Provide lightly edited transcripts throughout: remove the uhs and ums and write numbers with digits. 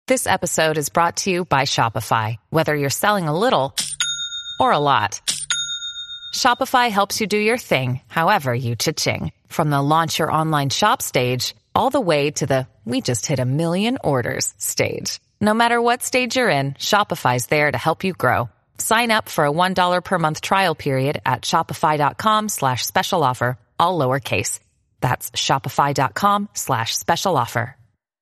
This episode is brought to you by Shopify. Whether you're selling a little or a lot, Shopify helps you do your thing, however you cha-ching. From the launch your online shop stage, all the way to the we just hit 1 million orders stage. No matter what stage you're in, Shopify's there to help you grow. Sign up for a $1 per month trial period at shopify.com/special offer, all lowercase. That's shopify.com/special offer.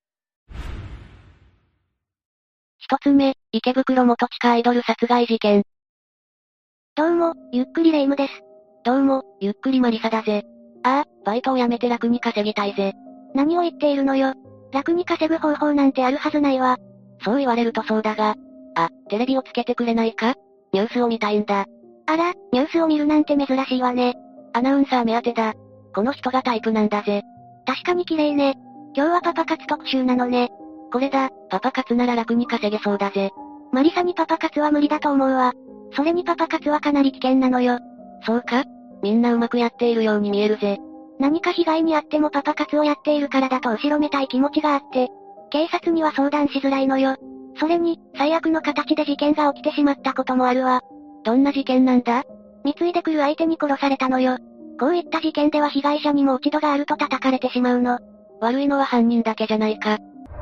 一つ目、池袋元地下アイドル殺害事件。 どうも、ゆっくりレ夢ムです。 どうも、ゆっくりマリサだぜ。ああ、バイトを辞めて楽に稼ぎたいぜ。 何を言っているのよ。楽に稼ぐ方法なんてあるはずないわ。 そう言われるとそうだが。あ、テレビをつけてくれないか？ニュースを見たいんだ。 あら、ニュースを見るなんて珍しいわね。 アナウンサー目当てだ。この人がタイプなんだぜ。 確かに綺麗ね。今日はパパ活特集なのね。 これだ、パパ活なら楽に稼げそうだぜ。 マリサにパパ活は無理だと思うわ。それにパパ活はかなり危険なのよ。 そうか？みんなうまくやっているように見えるぜ。 何か被害に遭ってもパパ活をやっているからだと後ろめたい気持ちがあって、警察には相談しづらいのよ。それに、最悪の形で事件が起きてしまったこともあるわ。 どんな事件なんだ？ 貢いでくる相手に殺されたのよ。こういった事件では被害者にも落ち度があると叩かれてしまうの。 悪いのは犯人だけじゃないか。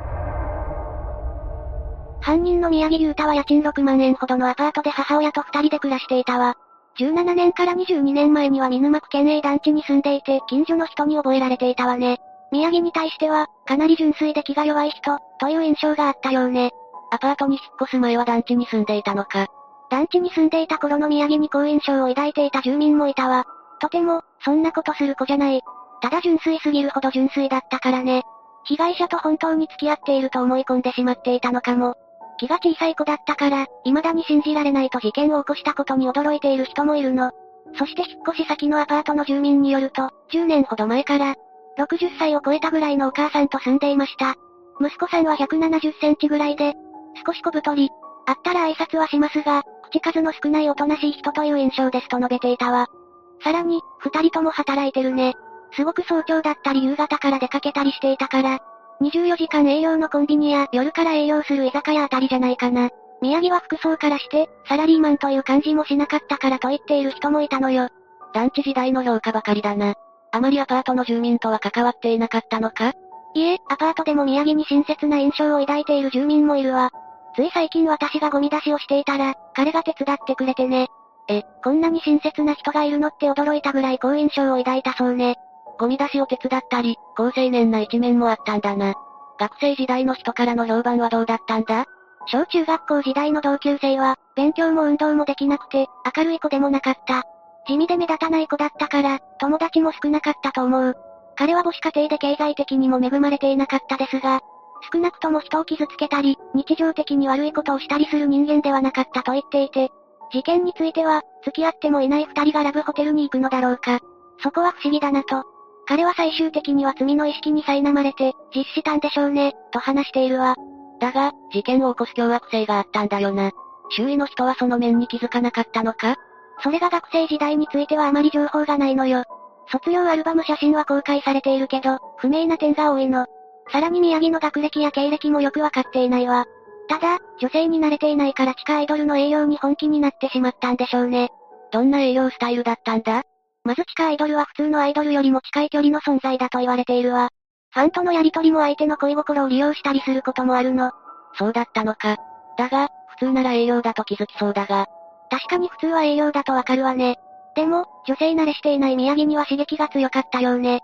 犯人の宮城優太は家賃6万円ほどのアパートで母親と2人で暮らしていたわ。17年から22年前には見沼区県営団地に住んでいて、近所の人に覚えられていたわね。宮城に対しては、かなり純粋で気が弱い人、という印象があったようね。 アパートに引っ越す前は団地に住んでいたのか。 団地に住んでいた頃の宮城に好印象を抱いていた住民もいたわ。とても、そんなことする子じゃない。ただ純粋すぎるほど純粋だったからね。被害者と本当に付き合っていると思い込んでしまっていたのかも。気が小さい子だったから、未だに信じられないと事件を起こしたことに驚いている人もいるの。そして引っ越し先のアパートの住民によると、10年ほど前から、60歳を超えたぐらいのお母さんと住んでいました。息子さんは170センチぐらいで、少し小太り。会ったら挨拶はしますが、口数の少ないおとなしい人という印象ですと述べていたわ。さらに、2人とも働いてるね。すごく早朝だったり夕方から出かけたりしていたから、24時間営業のコンビニや夜から営業する居酒屋あたりじゃないかな。宮城は服装からして、サラリーマンという感じもしなかったからと言っている人もいたのよ。 団地時代の評価ばかりだな。あまりアパートの住民とは関わっていなかったのか？ いえ、アパートでも宮城に親切な印象を抱いている住民もいるわ。つい最近私がゴミ出しをしていたら、彼が手伝ってくれてね。こんなに親切な人がいるのって驚いたぐらい好印象を抱いたそうね。 ゴミ出しを手伝ったり、好青年な一面もあったんだな。学生時代の人からの評判はどうだったんだ？ 小中学校時代の同級生は、勉強も運動もできなくて、明るい子でもなかった。地味で目立たない子だったから、友達も少なかったと思う。彼は母子家庭で経済的にも恵まれていなかったですが、少なくとも人を傷つけたり、日常的に悪いことをしたりする人間ではなかったと言っていて、事件については、付き合ってもいない二人がラブホテルに行くのだろうか。そこは不思議だなと。彼は最終的には罪の意識に苛まれて、実施したんでしょうね、と話しているわ。 だが、事件を起こす凶悪性があったんだよな。周囲の人はその面に気づかなかったのか？ それが学生時代についてはあまり情報がないのよ。卒業アルバム写真は公開されているけど、不明な点が多いの。さらに宮城の学歴や経歴もよくわかっていないわ。ただ、女性に慣れていないから地下アイドルの営業に本気になってしまったんでしょうね。 どんな営業スタイルだったんだ？ まず地下アイドルは普通のアイドルよりも近い距離の存在だと言われているわ。ファンとのやりとりも相手の恋心を利用したりすることもあるの。 そうだったのか。だが、普通なら営業だと気づきそうだが。 確かに普通は営業だとわかるわね。でも、女性慣れしていない宮城には刺激が強かったようね。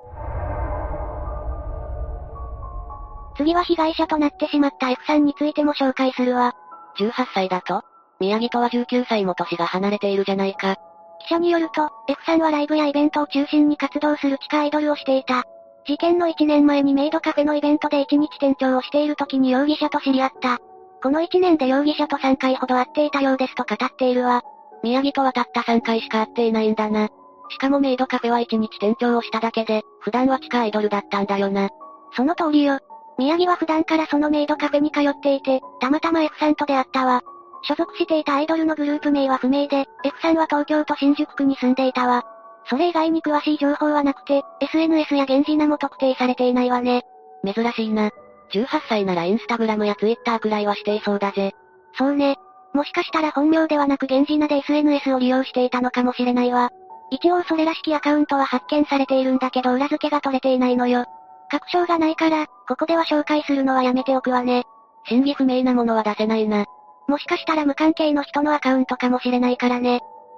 次は被害者となってしまった F さんについても紹介するわ。 18歳だと？宮城とは19歳も年が離れているじゃないか。 記者によると、F さんはライブやイベントを中心に活動する地下アイドルをしていた。事件の1年前にメイドカフェのイベントで1日店長をしている時に容疑者と知り合った。この1年で容疑者と3回ほど会っていたようですと語っているわ。 宮城とはたった3回しか会っていないんだな。しかもメイドカフェは1日店長をしただけで、普段は地下アイドルだったんだよな。 その通りよ。宮城は普段からそのメイドカフェに通っていて、たまたま F さんと出会ったわ。所属していたアイドルのグループ名は不明で、F さんは東京都新宿区に住んでいたわ。それ以外に詳しい情報はなくて、SNS や現時名も特定されていないわね。 珍しいな。 18歳ならインスタグラムやツイッターくらいはしていそうだぜ。 そうね。もしかしたら本名ではなく源氏名で SNS を利用していたのかもしれないわ。一応それらしきアカウントは発見されているんだけど裏付けが取れていないのよ。確証がないから、ここでは紹介するのはやめておくわね。 真偽不明なものは出せないな。 もしかしたら無関係の人のアカウントかもしれないからね。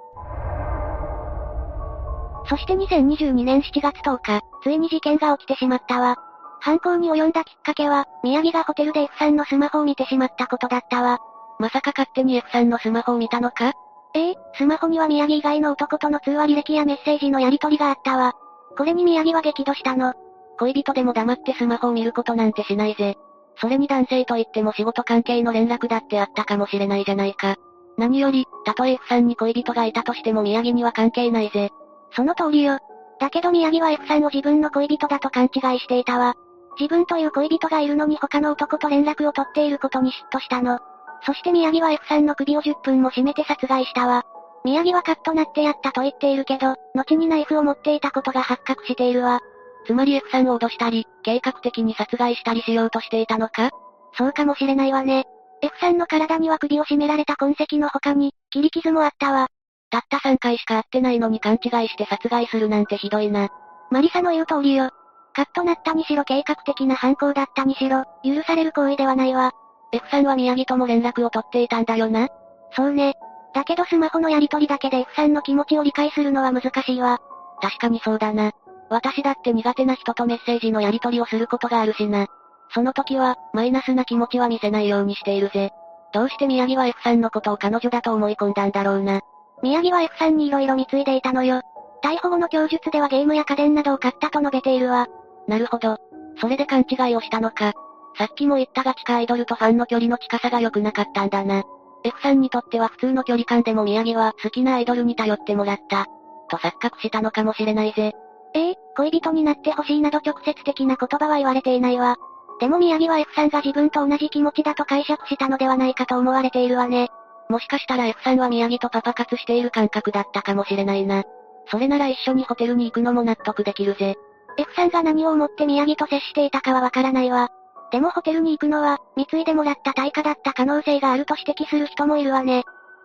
そして2022年7月10日、ついに事件が起きてしまったわ。犯行に及んだきっかけは、宮城がホテルで F さんのスマホを見てしまったことだったわ。 まさか勝手に F さんのスマホを見たのか？ スマホには宮城以外の男との通話履歴やメッセージのやり取りがあったわ。これに宮城は激怒したの。 恋人でも黙ってスマホを見ることなんてしないぜ。それに男性といっても仕事関係の連絡だってあったかもしれないじゃないか。何より、たとえ F さんに恋人がいたとしても宮城には関係ないぜ。 その通りよ。だけど宮城は F さんを自分の恋人だと勘違いしていたわ。自分という恋人がいるのに他の男と連絡を取っていることに嫉妬したの。そして宮城は F さんの首を10分も絞めて殺害したわ。宮城はカッとなってやったと言っているけど、後にナイフを持っていたことが発覚しているわ。 つまり F さんを脅したり、計画的に殺害したりしようとしていたのか？ そうかもしれないわね。F さんの体には首を絞められた痕跡の他に、切り傷もあったわ。 たった3回しか会ってないのに勘違いして殺害するなんてひどいな。 マリサの言う通りよ。カッとなったにしろ計画的な犯行だったにしろ、許される行為ではないわ。 F さんは宮城とも連絡を取っていたんだよな？ そうね。だけどスマホのやり取りだけで F さんの気持ちを理解するのは難しいわ。 確かにそうだな。私だって苦手な人とメッセージのやり取りをすることがあるしな。その時は、マイナスな気持ちは見せないようにしているぜ。どうして宮城は F さんのことを彼女だと思い込んだんだろうな。 宮城は F さんに色々貢いでいたのよ。逮捕後の供述ではゲームや家電などを買ったと述べているわ。 なるほど。それで勘違いをしたのか。さっきも言ったが地下アイドルとファンの距離の近さが良くなかったんだな。F さんにとっては普通の距離感でも宮城は好きなアイドルに頼ってもらった。と錯覚したのかもしれないぜ。 恋人になってほしいなど直接的な言葉は言われていないわ。でも宮城は F さんが自分と同じ気持ちだと解釈したのではないかと思われているわね。 もしかしたら F さんは宮城とパパ活している感覚だったかもしれないな。それなら一緒にホテルに行くのも納得できるぜ。 F さんが何を思って宮城と接していたかはわからないわ。でもホテルに行くのは、貢いでもらった対価だった可能性があると指摘する人もいるわね。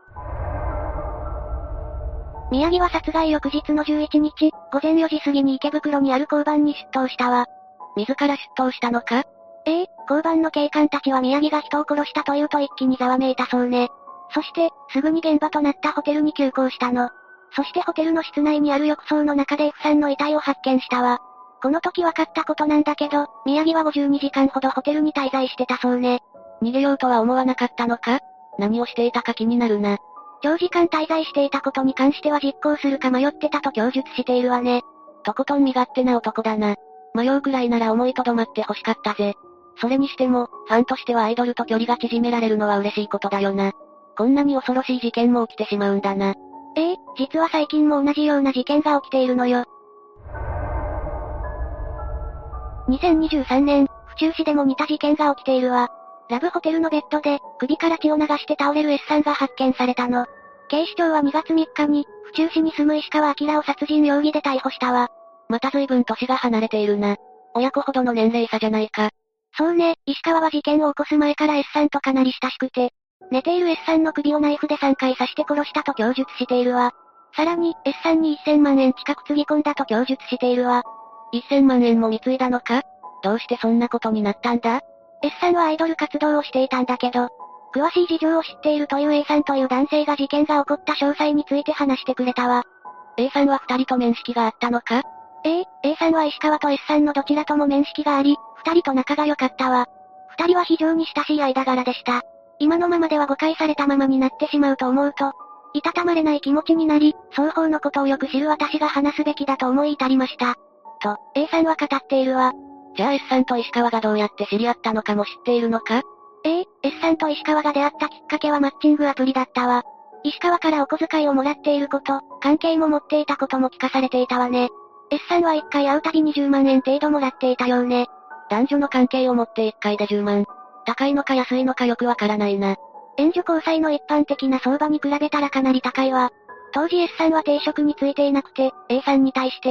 宮城は殺害翌日の11日、午前4時過ぎに池袋にある交番に出頭したわ。 自ら出頭したのか？ 交番の警官たちは宮城が人を殺したというと一気にざわめいたそうね。そして、すぐに現場となったホテルに急行したの。そしてホテルの室内にある浴槽の中で F さんの遺体を発見したわ。この時分かったことなんだけど、宮城は52時間ほどホテルに滞在してたそうね。 逃げようとは思わなかったのか？何をしていたか気になるな。 長時間滞在していたことに関しては実行するか迷ってたと供述しているわね。 とことん身勝手な男だな。迷うくらいなら思いとどまって欲しかったぜ。それにしても、ファンとしてはアイドルと距離が縮められるのは嬉しいことだよな。こんなに恐ろしい事件も起きてしまうんだな。 実は最近も同じような事件が起きているのよ。2023年、府中市でも似た事件が起きているわ。ラブホテルのベッドで、首から血を流して倒れる S さんが発見されたの。警視庁は2月3日に、府中市に住む石川明を殺人容疑で逮捕したわ。 また随分年が離れているな。親子ほどの年齢差じゃないか。 そうね、石川は事件を起こす前から S さんとかなり親しくて、寝ている S さんの首をナイフで3回刺して殺したと供述しているわ。さらに、S さんに1000万円近くつぎ込んだと供述しているわ。 1000万円も貢いだのか？どうしてそんなことになったんだ？ S さんはアイドル活動をしていたんだけど、詳しい事情を知っているという A さんという男性が事件が起こった詳細について話してくれたわ。 A さんは2人と面識があったのか？ A さんは石川と S さんのどちらとも面識があり、2人と仲が良かったわ。2人は非常に親しい間柄でした。今のままでは誤解されたままになってしまうと思うと、いたたまれない気持ちになり、双方のことをよく知る私が話すべきだと思い至りました。と、A さんは語っているわ。 じゃあ S さんと石川がどうやって知り合ったのかも知っているのか？ S さんと石川が出会ったきっかけはマッチングアプリだったわ。石川からお小遣いをもらっていること、関係も持っていたことも聞かされていたわね。S さんは1回会うたびに10万円程度もらっていたようね。 男女の関係を持って1回で10万。高いのか安いのかよくわからないな。 援助交際の一般的な相場に比べたらかなり高いわ。当時 S さんは定職についていなくて、A さんに対して、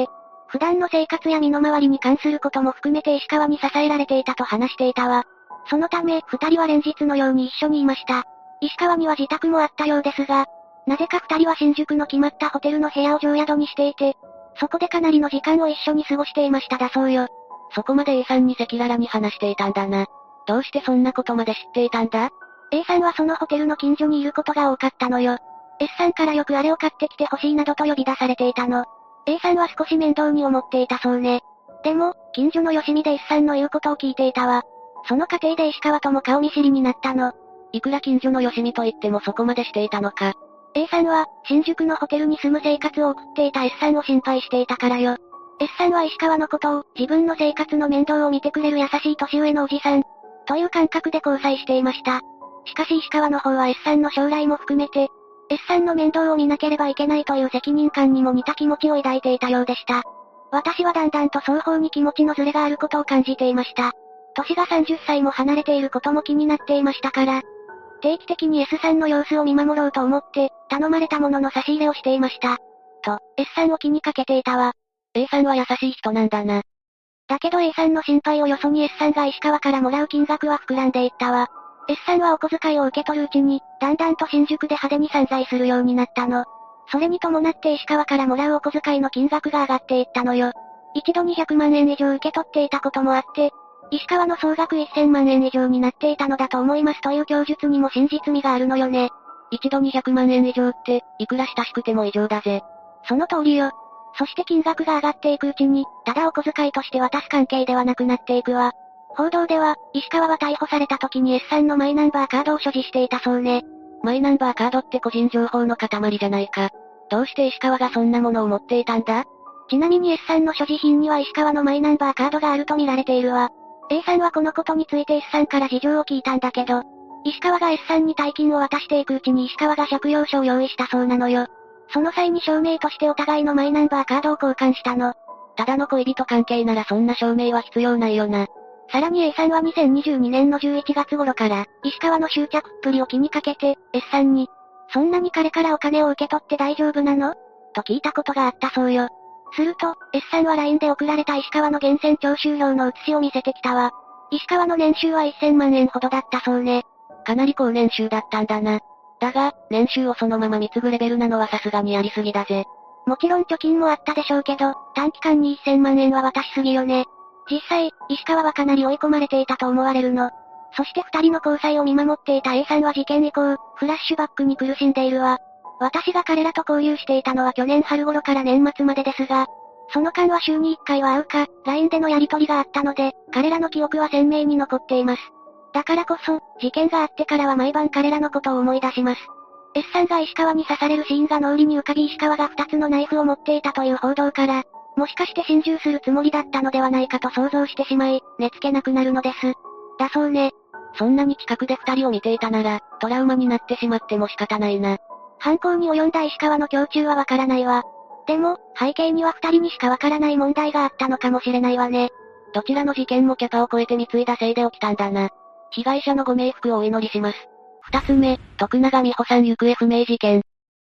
普段の生活や身の回りに関することも含めて石川に支えられていたと話していたわ。そのため、二人は連日のように一緒にいました。石川には自宅もあったようですが、なぜか二人は新宿の決まったホテルの部屋を常宿にしていて、そこでかなりの時間を一緒に過ごしていましただそうよ。 そこまで A さんに赤裸々に話していたんだな。どうしてそんなことまで知っていたんだ？ A さんはそのホテルの近所にいることが多かったのよ。S さんからよくあれを買ってきてほしいなどと呼び出されていたの。A さんは少し面倒に思っていたそうね。でも、近所のよしみで S さんの言うことを聞いていたわ。その過程で石川とも顔見知りになったの。 いくら近所のよしみと言ってもそこまでしていたのか。 A さんは、新宿のホテルに住む生活を送っていた S さんを心配していたからよ。S さんは石川のことを、自分の生活の面倒を見てくれる優しい年上のおじさん、という感覚で交際していました。しかし石川の方は S さんの将来も含めて、S さんの面倒を見なければいけないという責任感にも似た気持ちを抱いていたようでした。私はだんだんと双方に気持ちのズレがあることを感じていました。年が30歳も離れていることも気になっていましたから、定期的に S さんの様子を見守ろうと思って、頼まれたものの差し入れをしていました。と、S さんを気にかけていたわ。 A さんは優しい人なんだな。 だけど A さんの心配をよそに S さんが石川からもらう金額は膨らんでいったわ。S さんはお小遣いを受け取るうちに、だんだんと新宿で派手に散財するようになったの。それに伴って石川からもらうお小遣いの金額が上がっていったのよ。一度200万円以上受け取っていたこともあって、石川の総額1000万円以上になっていたのだと思いますという供述にも真実味があるのよね。 一度200万円以上って、いくら親しくても異常だぜ。 その通りよ。そして金額が上がっていくうちに、ただお小遣いとして渡す関係ではなくなっていくわ。報道では、石川は逮捕された時に S さんのマイナンバーカードを所持していたそうね。 マイナンバーカードって個人情報の塊じゃないか。どうして石川がそんなものを持っていたんだ？ ちなみに S さんの所持品には石川のマイナンバーカードがあると見られているわ。A さんはこのことについて S さんから事情を聞いたんだけど、石川が S さんに大金を渡していくうちに石川が借用書を用意したそうなのよ。その際に証明としてお互いのマイナンバーカードを交換したの。 ただの恋人関係ならそんな証明は必要ないよな。 さらに A さんは2022年の11月頃から、石川の執着っぷりを気にかけて、S さんに、そんなに彼からお金を受け取って大丈夫なの？と聞いたことがあったそうよ。すると、S さんは LINE で送られた石川の源泉徴収票の写しを見せてきたわ。石川の年収は1000万円ほどだったそうね。 かなり高年収だったんだな。だが、年収をそのまま貢ぐレベルなのはさすがにやりすぎだぜ。 もちろん貯金もあったでしょうけど、短期間に1000万円は渡しすぎよね。実際、石川はかなり追い込まれていたと思われるの。そして二人の交際を見守っていた A さんは事件以降、フラッシュバックに苦しんでいるわ。私が彼らと交流していたのは去年春頃から年末までですが、その間は週に1回は会うか、LINE でのやり取りがあったので、彼らの記憶は鮮明に残っています。だからこそ、事件があってからは毎晩彼らのことを思い出します。S さんが石川に刺されるシーンが脳裏に浮かび石川が2つのナイフを持っていたという報道から、もしかして心中するつもりだったのではないかと想像してしまい、寝つけなくなるのです。だそうね。 そんなに近くで二人を見ていたなら、トラウマになってしまっても仕方ないな。 犯行に及んだ石川の胸中はわからないわ。でも、背景には二人にしかわからない問題があったのかもしれないわね。 どちらの事件もキャパを超えて貢いだせいで起きたんだな。被害者のご冥福をお祈りします。二つ目、徳永美穂さん行方不明事件。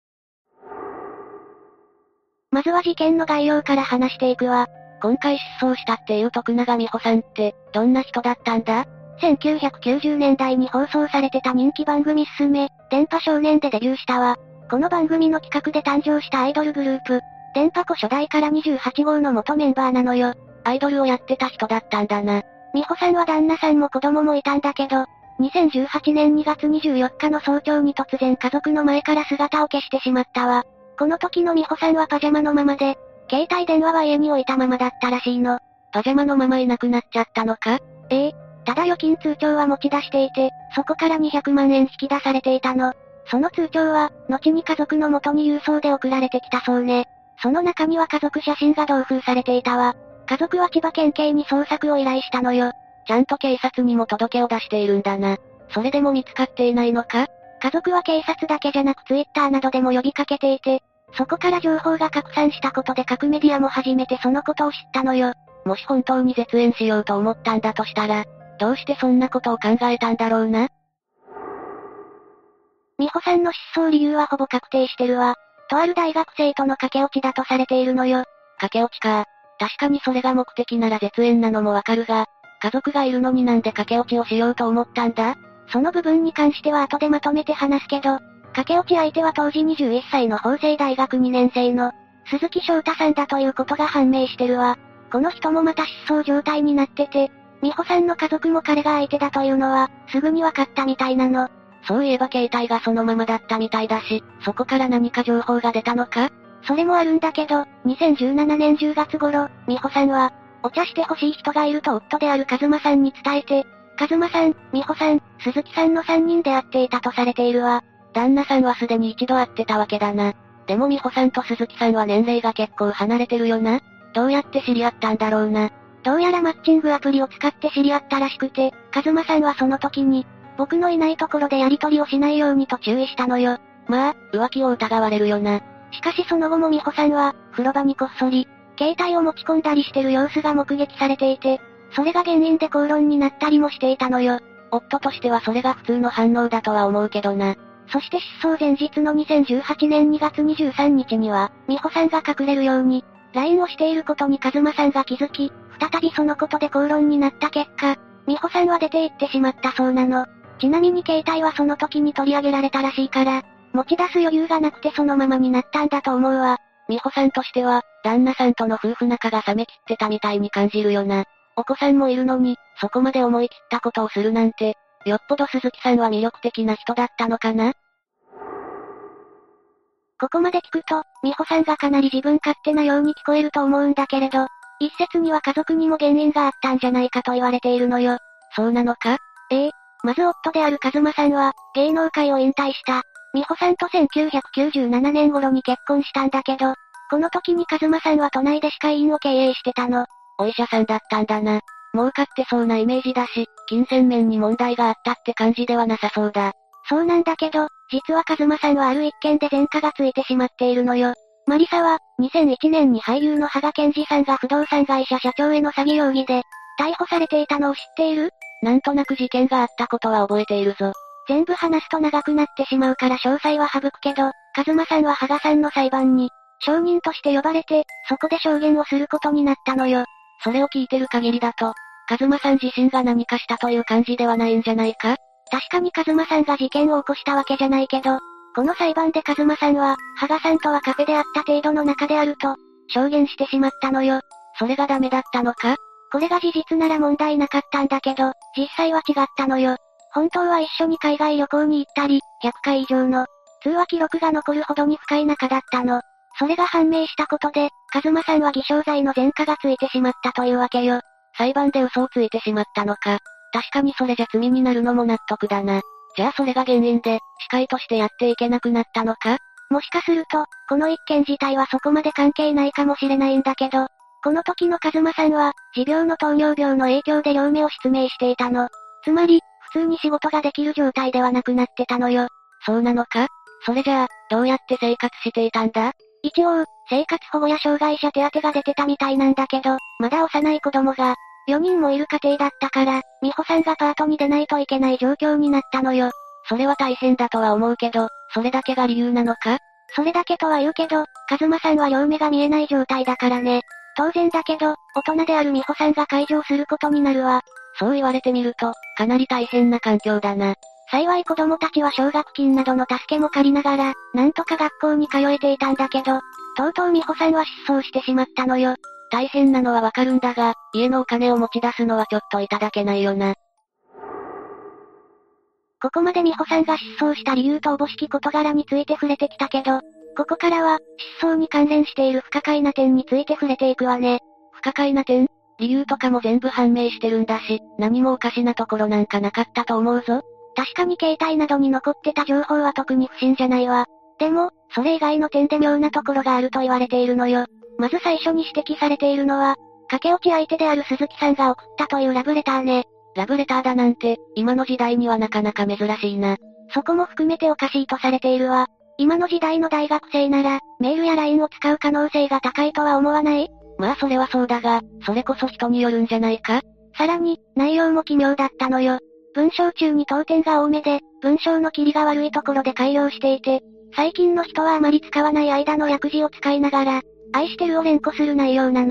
まずは事件の概要から話していくわ。 今回失踪したっていう徳永美穂さんって、どんな人だったんだ？ 1990年代に放送されてた人気番組すすめ、電波少年でデビューしたわ。この番組の企画で誕生したアイドルグループ、電波子初代から28号の元メンバーなのよ。 アイドルをやってた人だったんだな。 美穂さんは旦那さんも子供もいたんだけど、2018年2月24日の早朝に突然家族の前から姿を消してしまったわ。この時の美穂さんはパジャマのままで、携帯電話は家に置いたままだったらしいの。 パジャマのままいなくなっちゃったのか？ ただ預金通帳は持ち出していて、そこから200万円引き出されていたの。その通帳は、後に家族の元に郵送で送られてきたそうね。その中には家族写真が同封されていたわ。家族は千葉県警に捜索を依頼したのよ。 ちゃんと警察にも届けを出しているんだな。それでも見つかっていないのか？ 家族は警察だけじゃなくツイッターなどでも呼びかけていて、そこから情報が拡散したことで各メディアも初めてそのことを知ったのよ。 もし本当に絶縁しようと思ったんだとしたら、どうしてそんなことを考えたんだろうな。 美穂さんの失踪理由はほぼ確定してるわ。とある大学生との駆け落ちだとされているのよ。 駆け落ちか。 確かにそれが目的なら絶縁なのもわかるが、家族がいるのになんで駆け落ちをしようと思ったんだ？ その部分に関しては後でまとめて話すけど、駆け落ち相手は当時21歳の法政大学2年生の鈴木翔太さんだということが判明してるわ。この人もまた失踪状態になってて、美穂さんの家族も彼が相手だというのは、すぐに分かったみたいなの。 そういえば携帯がそのままだったみたいだし、そこから何か情報が出たのか？ それもあるんだけど、2017年10月頃、美穂さんは、お茶してほしい人がいると夫である和馬さんに伝えて、和馬さん、美穂さん、鈴木さんの3人で会っていたとされているわ。 旦那さんはすでに一度会ってたわけだな。でも美穂さんと鈴木さんは年齢が結構離れてるよな。どうやって知り合ったんだろうな。 どうやらマッチングアプリを使って知り合ったらしくて、和馬さんはその時に、僕のいないところでやり取りをしないようにと注意したのよ。 まあ、浮気を疑われるよな。 しかしその後も美穂さんは、風呂場にこっそり、携帯を持ち込んだりしてる様子が目撃されていて、それが原因で口論になったりもしていたのよ。 夫としてはそれが普通の反応だとは思うけどな。 そして失踪前日の2018年2月23日には、美穂さんが隠れるように、LINE をしていることに和馬さんが気づき、再びそのことで口論になった結果、美穂さんは出て行ってしまったそうなの。ちなみに携帯はその時に取り上げられたらしいから、持ち出す余裕がなくてそのままになったんだと思うわ。 美穂さんとしては、旦那さんとの夫婦仲が冷めきってたみたいに感じるよな。お子さんもいるのに、そこまで思い切ったことをするなんて、よっぽど鈴木さんは魅力的な人だったのかな？ ここまで聞くと、美穂さんがかなり自分勝手なように聞こえると思うんだけれど、一説には家族にも原因があったんじゃないかと言われているのよ。 そうなのか？ まず夫である和馬さんは、芸能界を引退した。美穂さんと1997年頃に結婚したんだけど、この時に和馬さんは都内で歯科医院を経営してたの。 お医者さんだったんだな。儲かってそうなイメージだし、金銭面に問題があったって感じではなさそうだ。 そうなんだけど、実は和馬さんはある一件で前科がついてしまっているのよ。マリサは、2001年に俳優の羽賀健二さんが不動産会社社長への詐欺容疑で、逮捕されていたのを知っている？ なんとなく事件があったことは覚えているぞ。 全部話すと長くなってしまうから詳細は省くけど、和馬さんは羽賀さんの裁判に、証人として呼ばれて、そこで証言をすることになったのよ。 それを聞いてる限りだと、和馬さん自身が何かしたという感じではないんじゃないか？ 確かに和馬さんが事件を起こしたわけじゃないけど、この裁判で和馬さんは、羽賀さんとはカフェであった程度の仲であると、証言してしまったのよ。 それがダメだったのか？ これが事実なら問題なかったんだけど、実際は違ったのよ。本当は一緒に海外旅行に行ったり、100回以上の通話記録が残るほどに深い仲だったの。それが判明したことで、和馬さんは偽証罪の前科がついてしまったというわけよ。 裁判で嘘をついてしまったのか。確かにそれじゃ罪になるのも納得だな。じゃあそれが原因で、司会としてやっていけなくなったのか？ もしかすると、この一件自体はそこまで関係ないかもしれないんだけど、この時の和馬さんは、持病の糖尿病の影響で両目を失明していたの。つまり、普通に仕事ができる状態ではなくなってたのよ。 そうなのか？それじゃあ、どうやって生活していたんだ？ 一応、生活保護や障害者手当が出てたみたいなんだけど、まだ幼い子供が、4人もいる家庭だったから、美穂さんがパートに出ないといけない状況になったのよ。 それは大変だとは思うけど、それだけが理由なのか？ それだけとは言うけど、和馬さんは両目が見えない状態だからね。当然だけど、大人である美穂さんが介助をすることになるわ。 そう言われてみると、かなり大変な環境だな。 幸い子供たちは奨学金などの助けも借りながら、なんとか学校に通えていたんだけど、とうとう美穂さんは失踪してしまったのよ。 大変なのはわかるんだが、家のお金を持ち出すのはちょっといただけないよな。 ここまで美穂さんが失踪した理由とおぼしき事柄について触れてきたけど、ここからは、失踪に関連している不可解な点について触れていくわね。 不可解な点？理由とかも全部判明してるんだし、何もおかしなところなんかなかったと思うぞ。 確かに携帯などに残ってた情報は特に不審じゃないわ。でも、それ以外の点で妙なところがあると言われているのよ。まず最初に指摘されているのは、駆け落ち相手である鈴木さんが送ったというラブレターね。 ラブレターだなんて、今の時代にはなかなか珍しいな。 そこも含めておかしいとされているわ。今の時代の大学生なら、メールや LINE を使う可能性が高いとは思わない？ まあそれはそうだが、それこそ人によるんじゃないか？ さらに、内容も奇妙だったのよ。文章中に当点が多めで、文章の切りが悪いところで改良していて、最近の人はあまり使わない間の訳字を使いながら、愛してるを連呼する内容なの。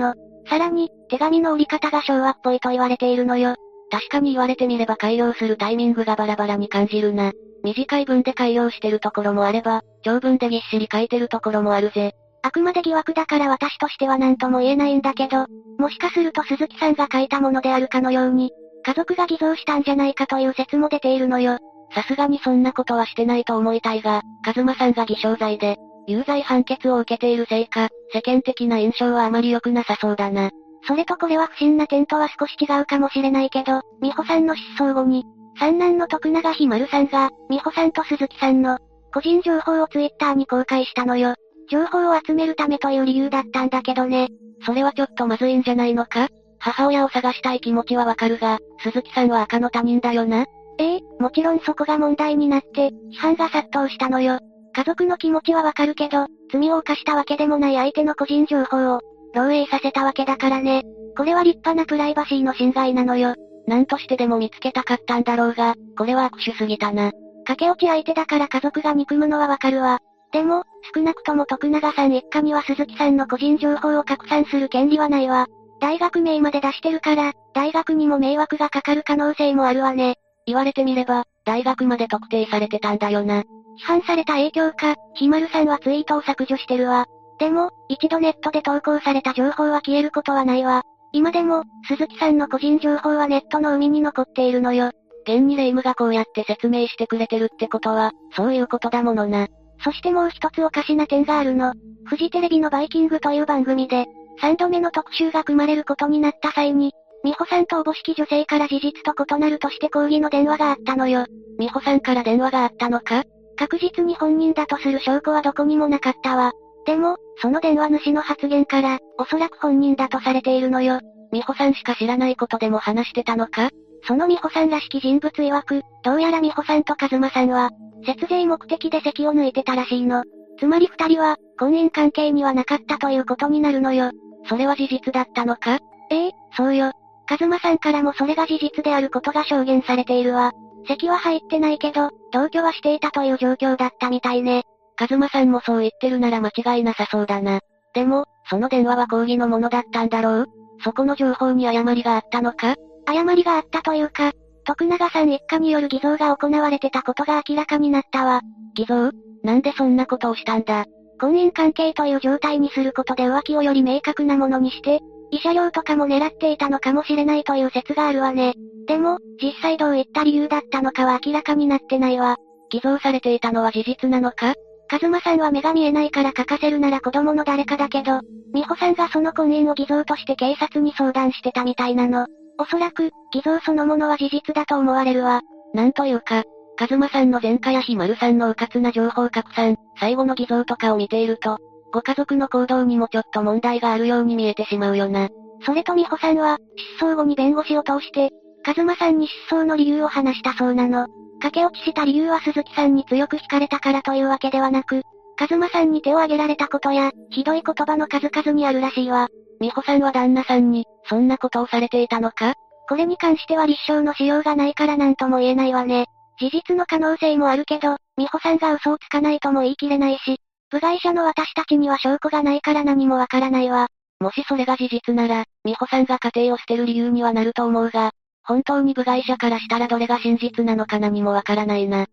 さらに、手紙の折り方が昭和っぽいと言われているのよ。 確かに言われてみれば改良するタイミングがバラバラに感じるな。短い文で改良してるところもあれば、長文でぎっしり書いてるところもあるぜ。 あくまで疑惑だから私としては何とも言えないんだけど、もしかすると鈴木さんが書いたものであるかのように、家族が偽造したんじゃないかという説も出ているのよ。 さすがにそんなことはしてないと思いたいが、カズマさんが偽証罪で、有罪判決を受けているせいか、世間的な印象はあまり良くなさそうだな。 それとこれは不審な点とは少し違うかもしれないけど、美穂さんの失踪後に、三男の徳永ひまるさんが、美穂さんと鈴木さんの、個人情報をツイッターに公開したのよ。情報を集めるためという理由だったんだけどね。 それはちょっとまずいんじゃないのか？母親を探したい気持ちはわかるが、鈴木さんは赤の他人だよな。 もちろんそこが問題になって、批判が殺到したのよ。家族の気持ちはわかるけど、罪を犯したわけでもない相手の個人情報を、漏洩させたわけだからね。これは立派なプライバシーの侵害なのよ。 なんとしてでも見つけたかったんだろうが、これは悪手すぎたな。 駆け落ち相手だから家族が憎むのはわかるわ。でも、少なくとも徳永さん一家には鈴木さんの個人情報を拡散する権利はないわ。大学名まで出してるから、大学にも迷惑がかかる可能性もあるわね。 言われてみれば、大学まで特定されてたんだよな。 批判された影響か、ひまるさんはツイートを削除してるわ。でも、一度ネットで投稿された情報は消えることはないわ。今でも、鈴木さんの個人情報はネットの海に残っているのよ。 現に霊夢がこうやって説明してくれてるってことは、そういうことだものな。 そしてもう一つおかしな点があるの。フジテレビのバイキングという番組で、3度目の特集が組まれることになった際に、美穂さんとおぼしき女性から事実と異なるとして抗議の電話があったのよ。 美穂さんから電話があったのか？ 確実に本人だとする証拠はどこにもなかったわ。でも、その電話主の発言から、おそらく本人だとされているのよ。 美穂さんしか知らないことでも話してたのか？ その美穂さんらしき人物曰く、どうやら美穂さんと和馬さんは、節税目的で席を抜いてたらしいの。つまり二人は、婚姻関係にはなかったということになるのよ。 それは事実だったのか？ そうよ。和馬さんからもそれが事実であることが証言されているわ。籍は入ってないけど、同居はしていたという状況だったみたいね。 和馬さんもそう言ってるなら間違いなさそうだな。でも、その電話は抗議のものだったんだろう？そこの情報に誤りがあったのか？ 誤りがあったというか、徳永さん一家による偽造が行われてたことが明らかになったわ。 偽造？なんでそんなことをしたんだ？ 婚姻関係という状態にすることで浮気をより明確なものにして、慰謝料とかも狙っていたのかもしれないという説があるわね。でも、実際どういった理由だったのかは明らかになってないわ。 偽造されていたのは事実なのか？ 和馬さんは目が見えないから書かせるなら子供の誰かだけど、美穂さんがその婚姻を偽造として警察に相談してたみたいなの。おそらく、偽造そのものは事実だと思われるわ。 なんというか、和馬さんの前科やひまるさんの迂闊な情報拡散、最後の偽造とかを見ていると、ご家族の行動にもちょっと問題があるように見えてしまうよな。 それと美穂さんは、失踪後に弁護士を通して、和馬さんに失踪の理由を話したそうなの。駆け落ちした理由は鈴木さんに強く惹かれたからというわけではなく、和馬さんに手を挙げられたことや、ひどい言葉の数々にあるらしいわ。 美穂さんは旦那さんに、そんなことをされていたのか？ これに関しては立証のしようがないから何とも言えないわね。事実の可能性もあるけど、美穂さんが嘘をつかないとも言い切れないし、部外者の私たちには証拠がないから何もわからないわ。 もしそれが事実なら、美穂さんが家庭を捨てる理由にはなると思うが、本当に部外者からしたらどれが真実なのか何もわからないな。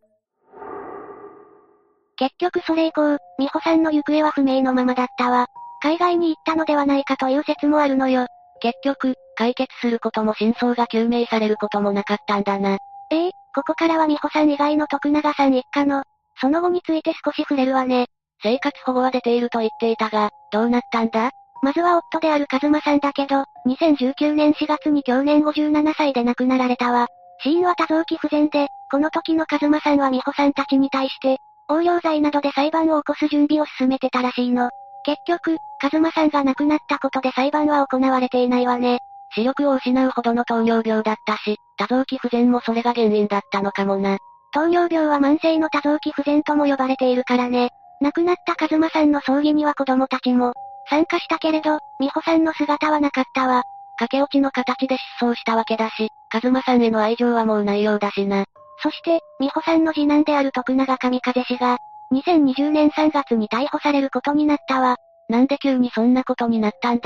結局それ以降、美穂さんの行方は不明のままだったわ。海外に行ったのではないかという説もあるのよ。 結局、解決することも真相が究明されることもなかったんだな。 ここからは美穂さん以外の徳永さん一家の、その後について少し触れるわね。 生活保護は出ていると言っていたが、どうなったんだ？ まずは夫である和馬さんだけど、2019年4月に去年57歳で亡くなられたわ。死因は多臓器不全で、この時の和馬さんは美穂さんたちに対して、横領罪などで裁判を起こす準備を進めてたらしいの。結局、和馬さんが亡くなったことで裁判は行われていないわね。 視力を失うほどの糖尿病だったし、多臓器不全もそれが原因だったのかもな。 糖尿病は慢性の多臓器不全とも呼ばれているからね。亡くなった和馬さんの葬儀には子供たちも参加したけれど、美穂さんの姿はなかったわ。 駆け落ちの形で失踪したわけだし、和馬さんへの愛情はもうないようだしな。 そして、美穂さんの次男である徳永神風氏が、2020年3月に逮捕されることになったわ。 なんで急にそんなことになったんだ？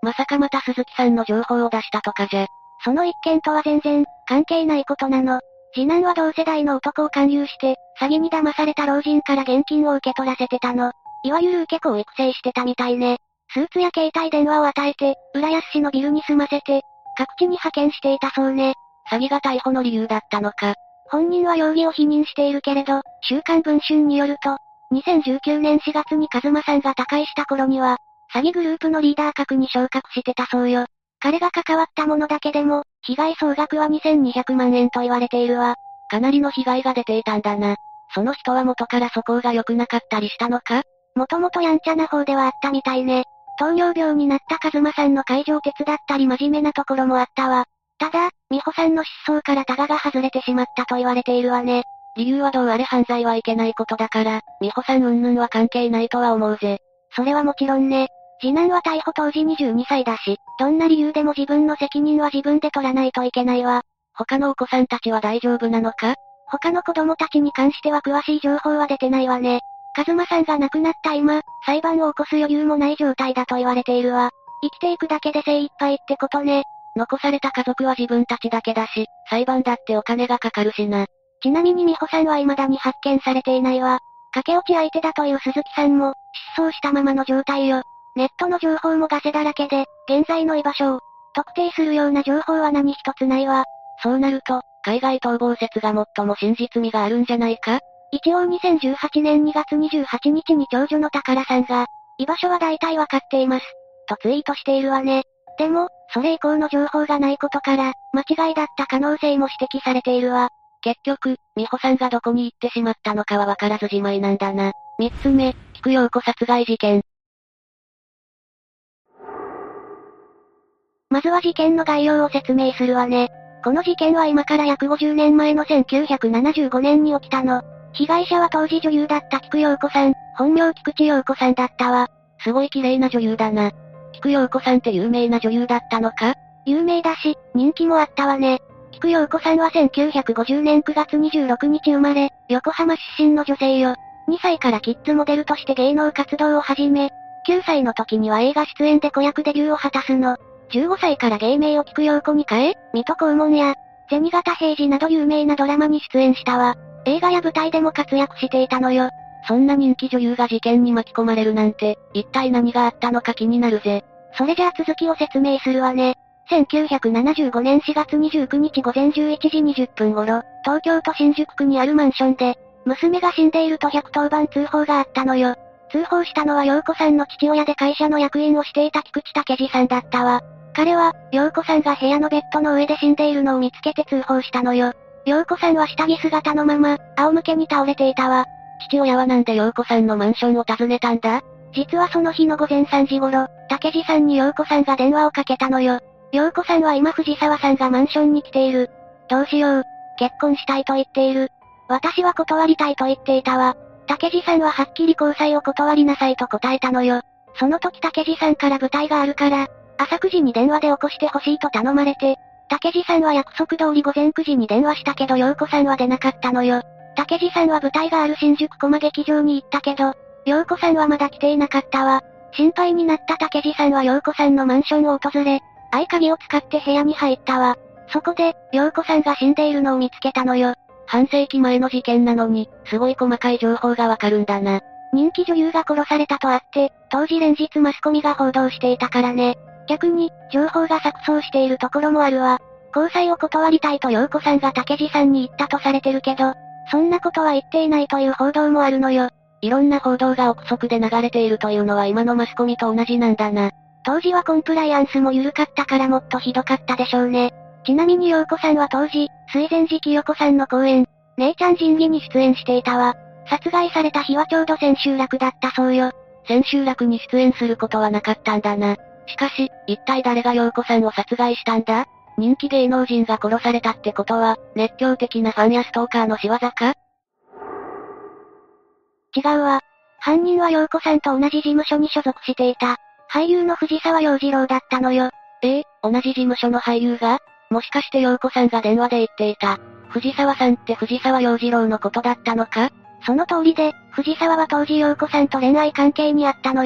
まさかまた鈴木さんの情報を出したとかじゃ。 その一件とは全然、関係ないことなの。次男は同世代の男を勧誘して、詐欺に騙された老人から現金を受け取らせてたの。いわゆる受け子を育成してたみたいね。スーツや携帯電話を与えて、浦安市のビルに住ませて、各地に派遣していたそうね。 詐欺が逮捕の理由だったのか。 本人は容疑を否認しているけれど、週刊文春によると、2019年4月に和馬さんが他界した頃には、詐欺グループのリーダー格に昇格してたそうよ。彼が関わったものだけでも、被害総額は2200万円と言われているわ。 かなりの被害が出ていたんだな。その人は元から素行が良くなかったりしたのか？ もともとやんちゃな方ではあったみたいね。糖尿病になった和馬さんの介助を手伝ったり真面目なところもあったわ。ただ、美穂さんの失踪からタガが外れてしまったと言われているわね。 理由はどうあれ犯罪はいけないことだから、美穂さん云々は関係ないとは思うぜ。 それはもちろんね。次男は逮捕当時22歳だし、どんな理由でも自分の責任は自分で取らないといけないわ。 他のお子さんたちは大丈夫なのか？ 他の子供たちに関しては詳しい情報は出てないわね。和馬さんが亡くなった今、裁判を起こす余裕もない状態だと言われているわ。生きていくだけで精一杯ってことね。 残された家族は自分たちだけだし、裁判だってお金がかかるしな。 ちなみに美穂さんは未だに発見されていないわ。駆け落ち相手だという鈴木さんも、失踪したままの状態よ。ネットの情報もガセだらけで、現在の居場所を特定するような情報は何一つないわ。 そうなると、海外逃亡説が最も真実味があるんじゃないか？ 一応2018年2月28日に長女の宝さんが、居場所は大体わかっています。とツイートしているわね。でも、それ以降の情報がないことから、間違いだった可能性も指摘されているわ。 結局、美穂さんがどこに行ってしまったのかはわからずじまいなんだな。三つ目、菊陽子殺害事件。 まずは事件の概要を説明するわね。この事件は今から約50年前の1975年に起きたの。被害者は当時女優だった菊陽子さん、本名菊池陽子さんだったわ。 すごい綺麗な女優だな。菊陽子さんって有名な女優だったのか？ 有名だし、人気もあったわね。菊陽子さんは1950年9月26日生まれ、横浜出身の女性よ。2歳からキッズモデルとして芸能活動を始め、9歳の時には映画出演で子役デビューを果たすの。15歳から芸名を菊陽子に変え、水戸黄門や、銭形平次など有名なドラマに出演したわ。映画や舞台でも活躍していたのよ。 そんな人気女優が事件に巻き込まれるなんて、一体何があったのか気になるぜ。 それじゃあ続きを説明するわね。1975年4月29日午前11時20分頃、東京都新宿区にあるマンションで、娘が死んでいると110番通報があったのよ。通報したのは陽子さんの父親で会社の役員をしていた菊池武二さんだったわ。彼は、陽子さんが部屋のベッドの上で死んでいるのを見つけて通報したのよ。陽子さんは下着姿のまま、仰向けに倒れていたわ。 父親はなんで陽子さんのマンションを訪ねたんだ？ 実はその日の午前3時頃、武二さんに陽子さんが電話をかけたのよ。陽子さんは今藤沢さんがマンションに来ている。どうしよう。結婚したいと言っている。私は断りたいと言っていたわ。武二さんははっきり交際を断りなさいと答えたのよ。その時武二さんから舞台があるから、朝9時に電話で起こしてほしいと頼まれて、武二さんは約束通り午前9時に電話したけど陽子さんは出なかったのよ。武二さんは舞台がある新宿コマ劇場に行ったけど、陽子さんはまだ来ていなかったわ。心配になった武二さんは陽子さんのマンションを訪れ、合鍵を使って部屋に入ったわ。そこで、陽子さんが死んでいるのを見つけたのよ。 半世紀前の事件なのに、すごい細かい情報がわかるんだな。 人気女優が殺されたとあって、当時連日マスコミが報道していたからね。逆に、情報が錯綜しているところもあるわ。交際を断りたいと陽子さんが武二さんに言ったとされてるけど、そんなことは言っていないという報道もあるのよ。 いろんな報道が憶測で流れているというのは今のマスコミと同じなんだな。 当時はコンプライアンスも緩かったからもっとひどかったでしょうね。ちなみに陽子さんは当時、水前寺清子さんの公演、姉ちゃん神器に出演していたわ。殺害された日はちょうど千秋楽だったそうよ。 千秋楽に出演することはなかったんだな。しかし、一体誰が陽子さんを殺害したんだ？人気芸能人が殺されたってことは、熱狂的なファンやストーカーの仕業か？ 違うわ。犯人は陽子さんと同じ事務所に所属していた、俳優の藤沢洋次郎だったのよ。 同じ事務所の俳優が？もしかして陽子さんが電話で言っていた、藤沢さんって藤沢洋次郎のことだったのか？ その通りで、藤沢は当時陽子さんと恋愛関係にあったのよ。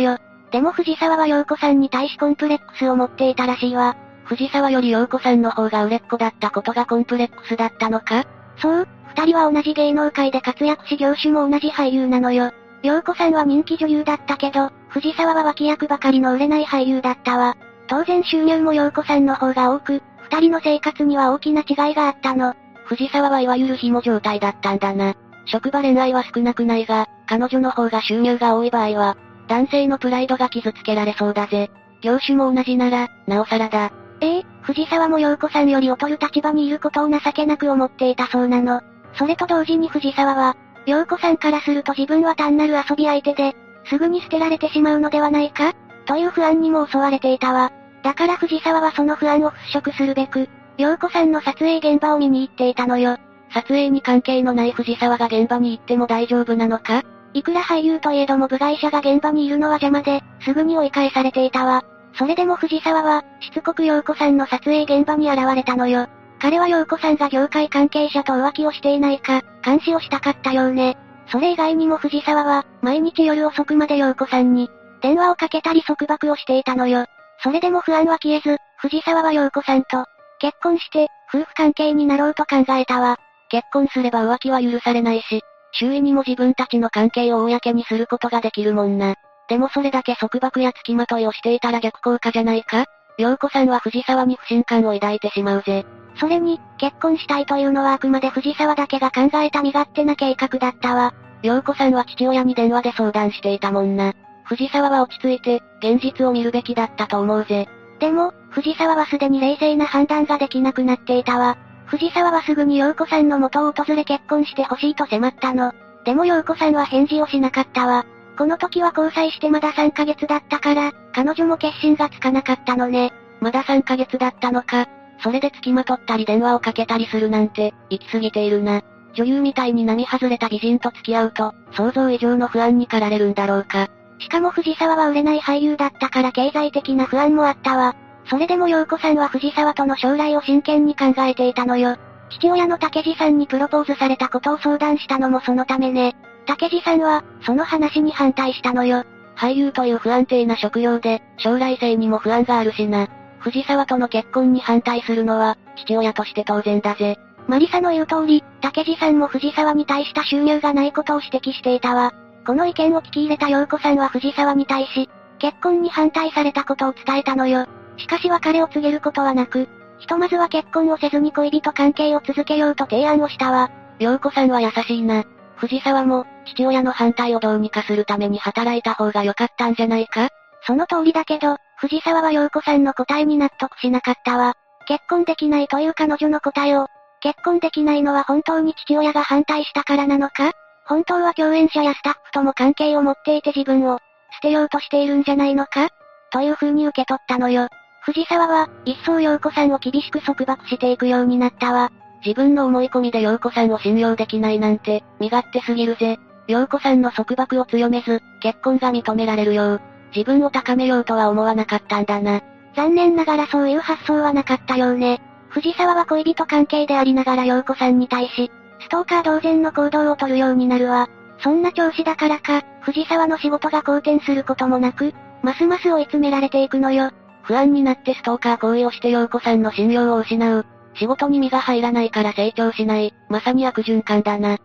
でも藤沢は陽子さんに対しコンプレックスを持っていたらしいわ。 藤沢より陽子さんの方が売れっ子だったことがコンプレックスだったのか？ そう、二人は同じ芸能界で活躍し業種も同じ俳優なのよ。陽子さんは人気女優だったけど、藤沢は脇役ばかりの売れない俳優だったわ。当然収入も陽子さんの方が多く、二人の生活には大きな違いがあったの。 藤沢はいわゆる紐状態だったんだな。職場恋愛は少なくないが、彼女の方が収入が多い場合は、男性のプライドが傷つけられそうだぜ。業種も同じなら、なおさらだ。 藤沢も陽子さんより劣る立場にいることを情けなく思っていたそうなの。それと同時に藤沢は、陽子さんからすると自分は単なる遊び相手で、すぐに捨てられてしまうのではないかという不安にも襲われていたわ。だから藤沢はその不安を払拭するべく、陽子さんの撮影現場を見に行っていたのよ。 撮影に関係のない藤沢が現場に行っても大丈夫なのか？ いくら俳優といえども部外者が現場にいるのは邪魔で、すぐに追い返されていたわ。それでも藤沢は、しつこく陽子さんの撮影現場に現れたのよ。彼は陽子さんが業界関係者と浮気をしていないか、監視をしたかったようね。それ以外にも藤沢は、毎日夜遅くまで陽子さんに、電話をかけたり束縛をしていたのよ。それでも不安は消えず、藤沢は陽子さんと、結婚して、夫婦関係になろうと考えたわ。 結婚すれば浮気は許されないし、周囲にも自分たちの関係を公にすることができるもんな。でもそれだけ束縛や付きまといをしていたら逆効果じゃないか？陽子さんは藤沢に不信感を抱いてしまうぜ。 それに、結婚したいというのはあくまで藤沢だけが考えた身勝手な計画だったわ。 陽子さんは父親に電話で相談していたもんな。藤沢は落ち着いて、現実を見るべきだったと思うぜ。 でも、藤沢はすでに冷静な判断ができなくなっていたわ。藤沢はすぐに陽子さんの元を訪れ結婚してほしいと迫ったの。でも陽子さんは返事をしなかったわ。この時は交際してまだ3ヶ月だったから、彼女も決心がつかなかったのね。 まだ3ヶ月だったのか。それで付きまとったり電話をかけたりするなんて、行き過ぎているな。女優みたいに並外れた美人と付き合うと、想像以上の不安に駆られるんだろうか。 しかも藤沢は売れない俳優だったから経済的な不安もあったわ。それでも陽子さんは藤沢との将来を真剣に考えていたのよ。父親の竹地さんにプロポーズされたことを相談したのもそのためね。竹地さんは、その話に反対したのよ。 俳優という不安定な職業で、将来性にも不安があるしな。藤沢との結婚に反対するのは、父親として当然だぜ。 マリサの言う通り、竹地さんも藤沢に対した収入がないことを指摘していたわ。この意見を聞き入れた陽子さんは藤沢に対し、結婚に反対されたことを伝えたのよ。しかし別れを告げることはなく、ひとまずは結婚をせずに恋人関係を続けようと提案をしたわ。 陽子さんは優しいな。藤沢も、父親の反対をどうにかするために働いた方が良かったんじゃないか？ その通りだけど、藤沢は陽子さんの答えに納得しなかったわ。結婚できないという彼女の答えを、結婚できないのは本当に父親が反対したからなのか？本当は共演者やスタッフとも関係を持っていて自分を捨てようとしているんじゃないのか？という風に受け取ったのよ。藤沢は、一層陽子さんを厳しく束縛していくようになったわ。 自分の思い込みで陽子さんを信用できないなんて、身勝手すぎるぜ。陽子さんの束縛を強めず、結婚が認められるよう、自分を高めようとは思わなかったんだな。 残念ながらそういう発想はなかったようね。藤沢は恋人関係でありながら陽子さんに対し、ストーカー同然の行動を取るようになるわ。そんな調子だからか、藤沢の仕事が好転することもなく、ますます追い詰められていくのよ。 不安になってストーカー行為をして陽子さんの信用を失う。仕事に身が入らないから成長しない。まさに悪循環だな。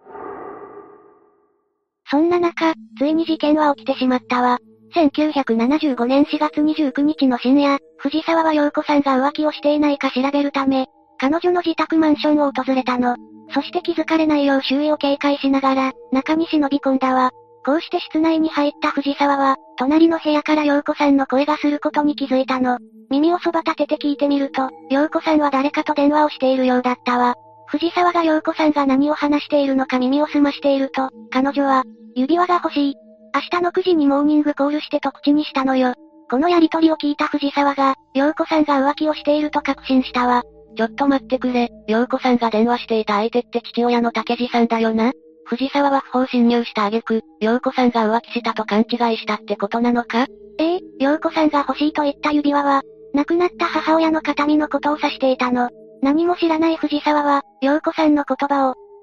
そんな中、ついに事件は起きてしまったわ。1975年4月29日の深夜、藤沢は陽子さんが浮気をしていないか調べるため、彼女の自宅マンションを訪れたの。そして気づかれないよう周囲を警戒しながら、中に忍び込んだわ。こうして室内に入った藤沢は、隣の部屋から陽子さんの声がすることに気づいたの。耳をそば立てて聞いてみると、陽子さんは誰かと電話をしているようだったわ。藤沢が陽子さんが何を話しているのか耳を澄ましていると、彼女は、指輪が欲しい。明日の9時にモーニングコールしてと口にしたのよ。このやりとりを聞いた藤沢が、陽子さんが浮気をしていると確信したわ。 ちょっと待ってくれ、陽子さんが電話していた相手って父親の竹地さんだよな。藤沢は不法侵入した挙句、陽子さんが浮気したと勘違いしたってことなのか？ 陽子さんが欲しいと言った指輪は、亡くなった母親の形見のことを指していたの。何も知らない藤沢は、陽子さんの言葉を、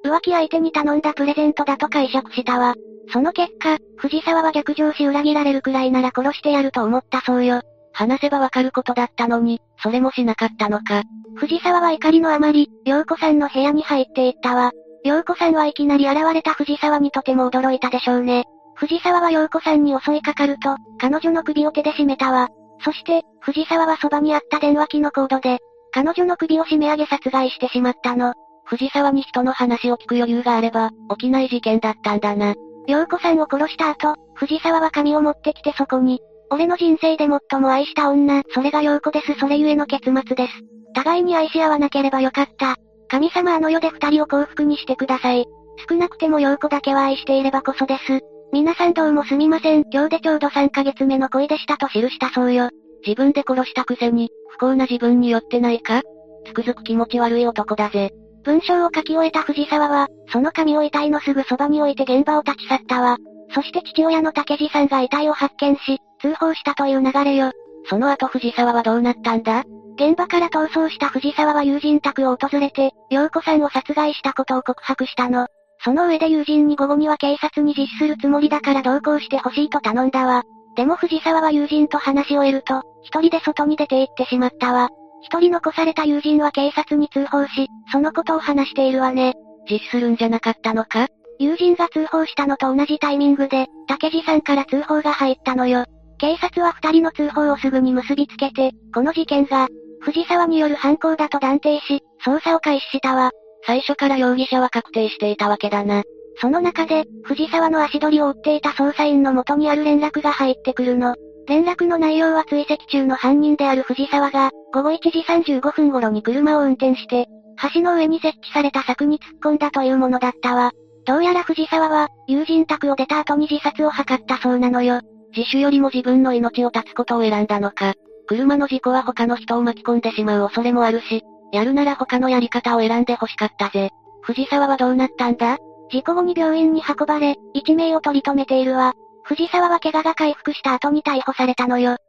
浮気相手に頼んだプレゼントだと解釈したわ。その結果、藤沢は逆上し裏切られるくらいなら殺してやると思ったそうよ。 話せばわかることだったのに、それもしなかったのか。 藤沢は怒りのあまり、陽子さんの部屋に入っていったわ。陽子さんはいきなり現れた藤沢にとても驚いたでしょうね。藤沢は陽子さんに襲いかかると、彼女の首を手で絞めたわ。そして、藤沢はそばにあった電話機のコードで、彼女の首を締め上げ殺害してしまったの。 藤沢に人の話を聞く余裕があれば、起きない事件だったんだな。 陽子さんを殺した後、藤沢は紙を持ってきてそこに、俺の人生で最も愛した女、それが陽子です。それゆえの結末です。互いに愛し合わなければよかった。神様あの世で二人を幸福にしてください。少なくても陽子だけは愛していればこそです。皆さんどうもすみません。今日でちょうど3ヶ月目の恋でしたと記したそうよ。 自分で殺したくせに、不幸な自分に酔ってないか？つくづく気持ち悪い男だぜ。 文章を書き終えた藤沢は、その紙を遺体のすぐそばに置いて現場を立ち去ったわ。そして父親の竹地さんが遺体を発見し、通報したという流れよ。 その後藤沢はどうなったんだ？ 現場から逃走した藤沢は友人宅を訪れて、陽子さんを殺害したことを告白したの。その上で友人に午後には警察に実施するつもりだから同行してほしいと頼んだわ。でも藤沢は友人と話を得ると、一人で外に出て行ってしまったわ。一人残された友人は警察に通報し、そのことを話しているわね。 実施するんじゃなかったのか？ 友人が通報したのと同じタイミングで、竹地さんから通報が入ったのよ。警察は二人の通報をすぐに結びつけて、この事件が、藤沢による犯行だと断定し、捜査を開始したわ。 最初から容疑者は確定していたわけだな。 その中で、藤沢の足取りを追っていた捜査員の元にある連絡が入ってくるの。連絡の内容は追跡中の犯人である藤沢が、午後1時35分頃に車を運転して、橋の上に設置された柵に突っ込んだというものだったわ。どうやら藤沢は、友人宅を出た後に自殺を図ったそうなのよ。 自首よりも自分の命を絶つことを選んだのか。車の事故は他の人を巻き込んでしまう恐れもあるし、やるなら他のやり方を選んで欲しかったぜ。藤沢はどうなったんだ？ 事故後に病院に運ばれ、一命を取り留めているわ。藤沢は怪我が回復した後に逮捕されたのよ。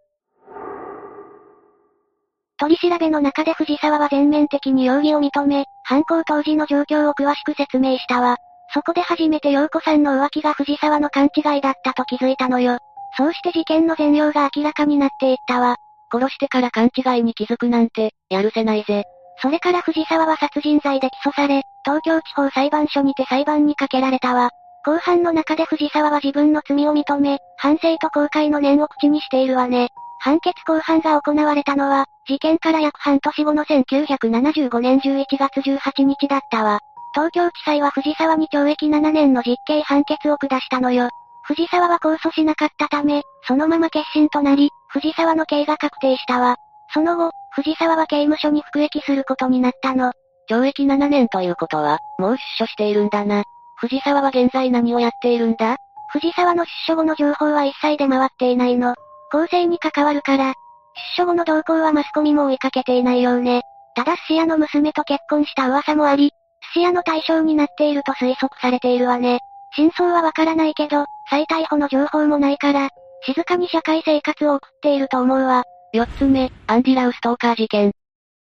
取り調べの中で藤沢は全面的に容疑を認め、犯行当時の状況を詳しく説明したわ。そこで初めて陽子さんの浮気が藤沢の勘違いだったと気づいたのよ。そうして事件の全容が明らかになっていったわ。 殺してから勘違いに気づくなんて、やるせないぜ。 それから藤沢は殺人罪で起訴され、東京地方裁判所にて裁判にかけられたわ。公判の中で藤沢は自分の罪を認め、反省と後悔の念を口にしているわね。判決公判が行われたのは、事件から約半年後の1975年11月18日だったわ。東京地裁は藤沢に懲役7年の実刑判決を下したのよ。藤沢は控訴しなかったため、そのまま結審となり、藤沢の刑が確定したわ。その後、藤沢は刑務所に服役することになったの。 懲役7年ということは、もう出所しているんだな。藤沢は現在何をやっているんだ？ 藤沢の出所後の情報は一切出回っていないの。更生に関わるから。出所後の動向はマスコミも追いかけていないようね。ただ寿司屋の娘と結婚した噂もあり、寿司屋の対象になっていると推測されているわね。真相はわからないけど、再逮捕の情報もないから、静かに社会生活を送っていると思うわ。 4つ目、アンディ・ラウストーカー事件。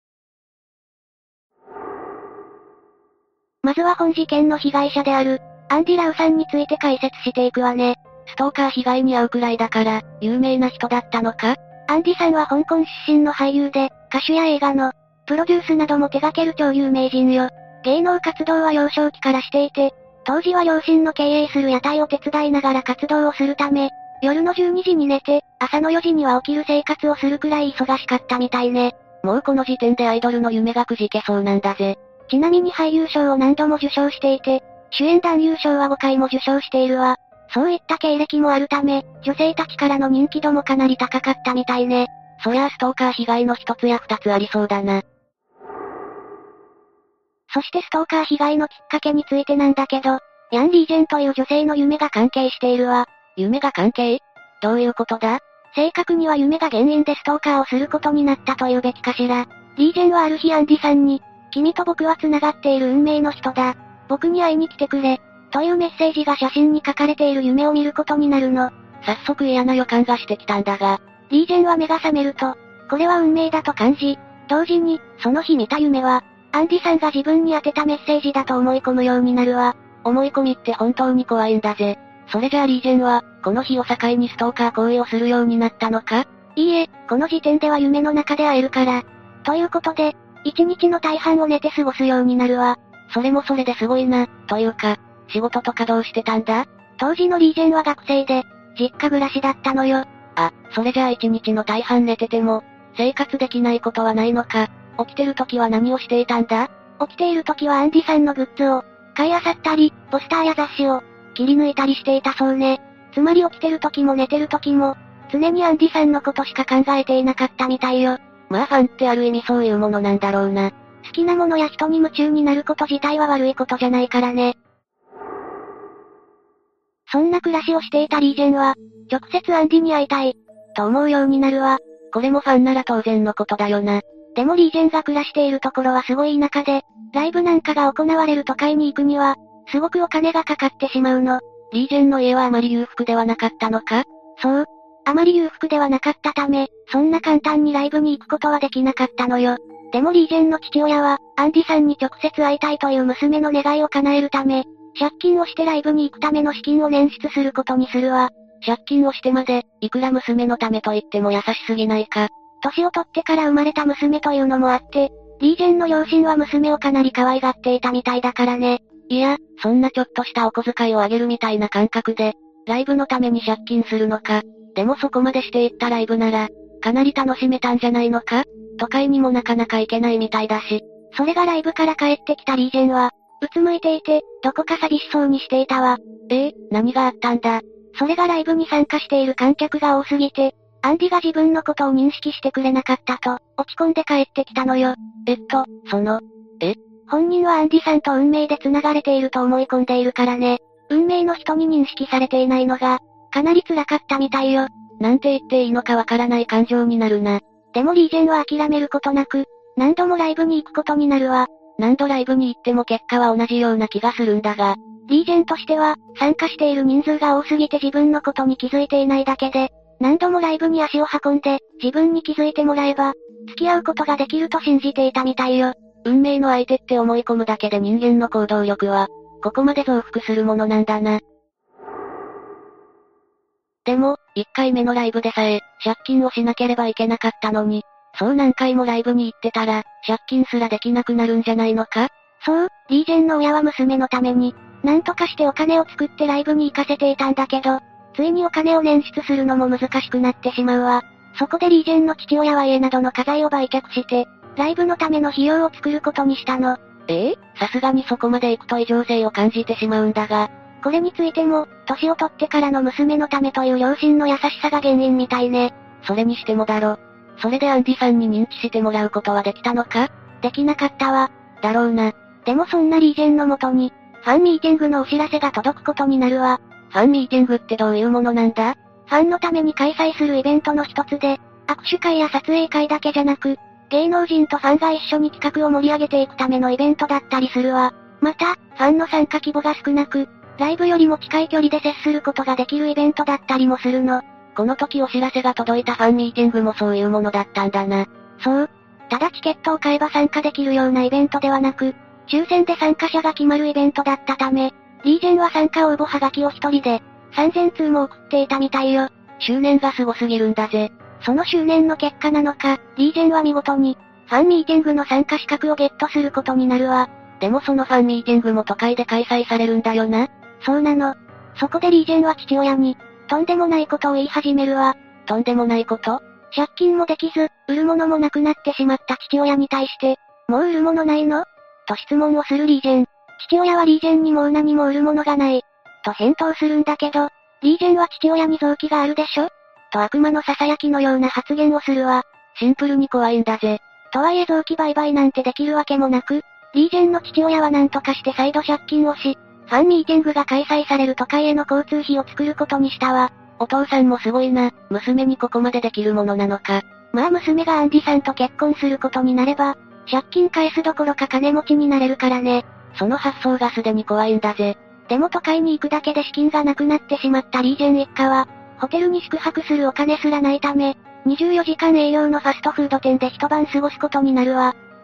まずは本事件の被害者である、アンディ・ラウさんについて解説していくわね。 ストーカー被害に遭うくらいだから、有名な人だったのか？ アンディさんは香港出身の俳優で、歌手や映画の、プロデュースなども手掛ける超有名人よ。芸能活動は幼少期からしていて、当時は両親の経営する屋台を手伝いながら活動をするため、夜の12時に寝て、朝の4時には起きる生活をするくらい忙しかったみたいね。 もうこの時点でアイドルの夢がくじけそうなんだぜ。 ちなみに俳優賞を何度も受賞していて、主演男優賞は5回も受賞しているわ。そういった経歴もあるため、女性たちからの人気度もかなり高かったみたいね。 そりゃあストーカー被害の一つや二つありそうだな。 そしてストーカー被害のきっかけについてなんだけど、ヤン・リージェンという女性の夢が関係しているわ。 夢が関係？どういうことだ？ 正確には夢が原因でストーカーをすることになったというべきかしら。リージェンはある日アンディさんに、君と僕は繋がっている運命の人だ。僕に会いに来てくれ。というメッセージが写真に書かれている夢を見ることになるの。 早速嫌な予感がしてきたんだが。 リージェンは目が覚めると、これは運命だと感じ、同時に、その日見た夢は、 アンディさんが自分に宛てたメッセージだと思い込むようになるわ。 思い込みって本当に怖いんだぜ。それじゃあリーゼンは、この日を境にストーカー行為をするようになったのか？ いいえ、この時点では夢の中で会えるから。ということで、一日の大半を寝て過ごすようになるわ。 それもそれですごいな、というか、仕事とかどうしてたんだ？ 当時のリーゼンは学生で、実家暮らしだったのよ。 あ、それじゃあ一日の大半寝てても、生活できないことはないのか？起きてる時は何をしていたんだ？ 起きている時はアンディさんのグッズを、買い漁ったり、ポスターや雑誌を、切り抜いたりしていたそうね。つまり起きてる時も寝てる時も、常にアンディさんのことしか考えていなかったみたいよ。 まあファンってある意味そういうものなんだろうな。 好きなものや人に夢中になること自体は悪いことじゃないからね。そんな暮らしをしていたリーゼンは、直接アンディに会いたい、と思うようになるわ。 これもファンなら当然のことだよな。 でもリーゼンが暮らしているところはすごい田舎で、ライブなんかが行われる都会に行くには、すごくお金がかかってしまうの。 リーゼンの家はあまり裕福ではなかったのか？ そう。あまり裕福ではなかったため、そんな簡単にライブに行くことはできなかったのよ。でもリーゼンの父親は、アンディさんに直接会いたいという娘の願いを叶えるため、借金をしてライブに行くための資金を捻出することにするわ。 借金をしてまで、いくら娘のためと言っても優しすぎないか。 年を取ってから生まれた娘というのもあって、リーゼンの両親は娘をかなり可愛がっていたみたいだからね。 いや、そんなちょっとしたお小遣いをあげるみたいな感覚で、ライブのために借金するのか。でもそこまでしていったライブなら、かなり楽しめたんじゃないのか？都会にもなかなか行けないみたいだし。 それがライブから帰ってきたリーゼンは、うつむいていて、どこか寂しそうにしていたわ。 何があったんだ？ それがライブに参加している観客が多すぎて、アンディが自分のことを認識してくれなかったと、落ち込んで帰ってきたのよ。本人はアンディさんと運命で繋がれていると思い込んでいるからね。運命の人に認識されていないのが、かなり辛かったみたいよ。 なんて言っていいのかわからない感情になるな。 でもリーゼンは諦めることなく、何度もライブに行くことになるわ。 何度ライブに行っても結果は同じような気がするんだが。 リーゼンとしては、参加している人数が多すぎて自分のことに気づいていないだけで、何度もライブに足を運んで、自分に気づいてもらえば、付き合うことができると信じていたみたいよ。 運命の相手って思い込むだけで人間の行動力は、ここまで増幅するものなんだな。でも、1回目のライブでさえ、借金をしなければいけなかったのに、そう何回もライブに行ってたら、借金すらできなくなるんじゃないのか？ そう、リーゼンの親は娘のために、なんとかしてお金を作ってライブに行かせていたんだけど、ついにお金を捻出するのも難しくなってしまうわ。そこでリーゼンの父親は家などの家財を売却して、ライブのための費用を作ることにしたの。 さすがにそこまで行くと異常性を感じてしまうんだが。 これについても、年を取ってからの娘のためという両親の優しさが原因みたいね。 それにしてもだろ。それでアンディさんに認知してもらうことはできたのか？ できなかったわ。 だろうな。 でもそんなリーゼンのもとに、ファンミーティングのお知らせが届くことになるわ。 ファンミーティングってどういうものなんだ？ ファンのために開催するイベントの一つで、握手会や撮影会だけじゃなく、芸能人とファンが一緒に企画を盛り上げていくためのイベントだったりするわ。また、ファンの参加規模が少なく、ライブよりも近い距離で接することができるイベントだったりもするの。 この時お知らせが届いたファンミーティングもそういうものだったんだな。 そう。ただチケットを買えば参加できるようなイベントではなく、抽選で参加者が決まるイベントだったため、リーゼンは参加応募はがきを一人で、3000通も送っていたみたいよ。 執念がすごすぎるんだぜ。 その執念の結果なのか、リーゼンは見事に、ファンミーティングの参加資格をゲットすることになるわ。 でもそのファンミーティングも都会で開催されるんだよな。 そうなの。そこでリーゼンは父親に、とんでもないことを言い始めるわ。 とんでもないこと？ 借金もできず、売るものもなくなってしまった父親に対して、もう売るものないの？と質問をするリーゼン。父親はリーゼンにもう何も売るものがない。と返答するんだけど、リーゼンは父親に臓器があるでしょ？と悪魔の囁きのような発言をするわ。 シンプルに怖いんだぜ。 とはいえ臓器売買なんてできるわけもなく、リーゼンの父親は何とかして再度借金をし、ファンミーティングが開催される都会への交通費を作ることにしたわ。 お父さんもすごいな、娘にここまでできるものなのか。 まあ娘がアンディさんと結婚することになれば、借金返すどころか金持ちになれるからね。 その発想がすでに怖いんだぜ。 でも都会に行くだけで資金がなくなってしまったリーゼン一家は、ホテルに宿泊するお金すらないため、24時間営業のファストフード店で一晩過ごすことになるわ。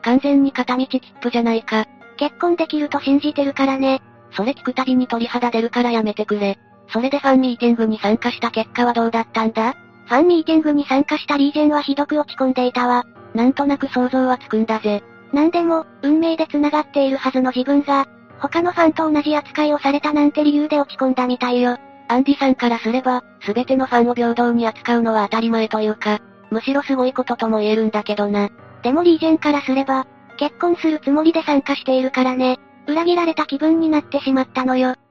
完全に片道切符じゃないか。 結婚できると信じてるからね。 それ聞くたびに鳥肌出るからやめてくれ。それでファンミーティングに参加した結果はどうだったんだ？ ファンミーティングに参加したリーゼンはひどく落ち込んでいたわ。 なんとなく想像はつくんだぜ。 なんでも、運命で繋がっているはずの自分が、他のファンと同じ扱いをされたなんて理由で落ち込んだみたいよ。 アンディさんからすれば、すべてのファンを平等に扱うのは当たり前というか、むしろすごいこととも言えるんだけどな。 でもリーゼンからすれば、結婚するつもりで参加しているからね。裏切られた気分になってしまったのよ。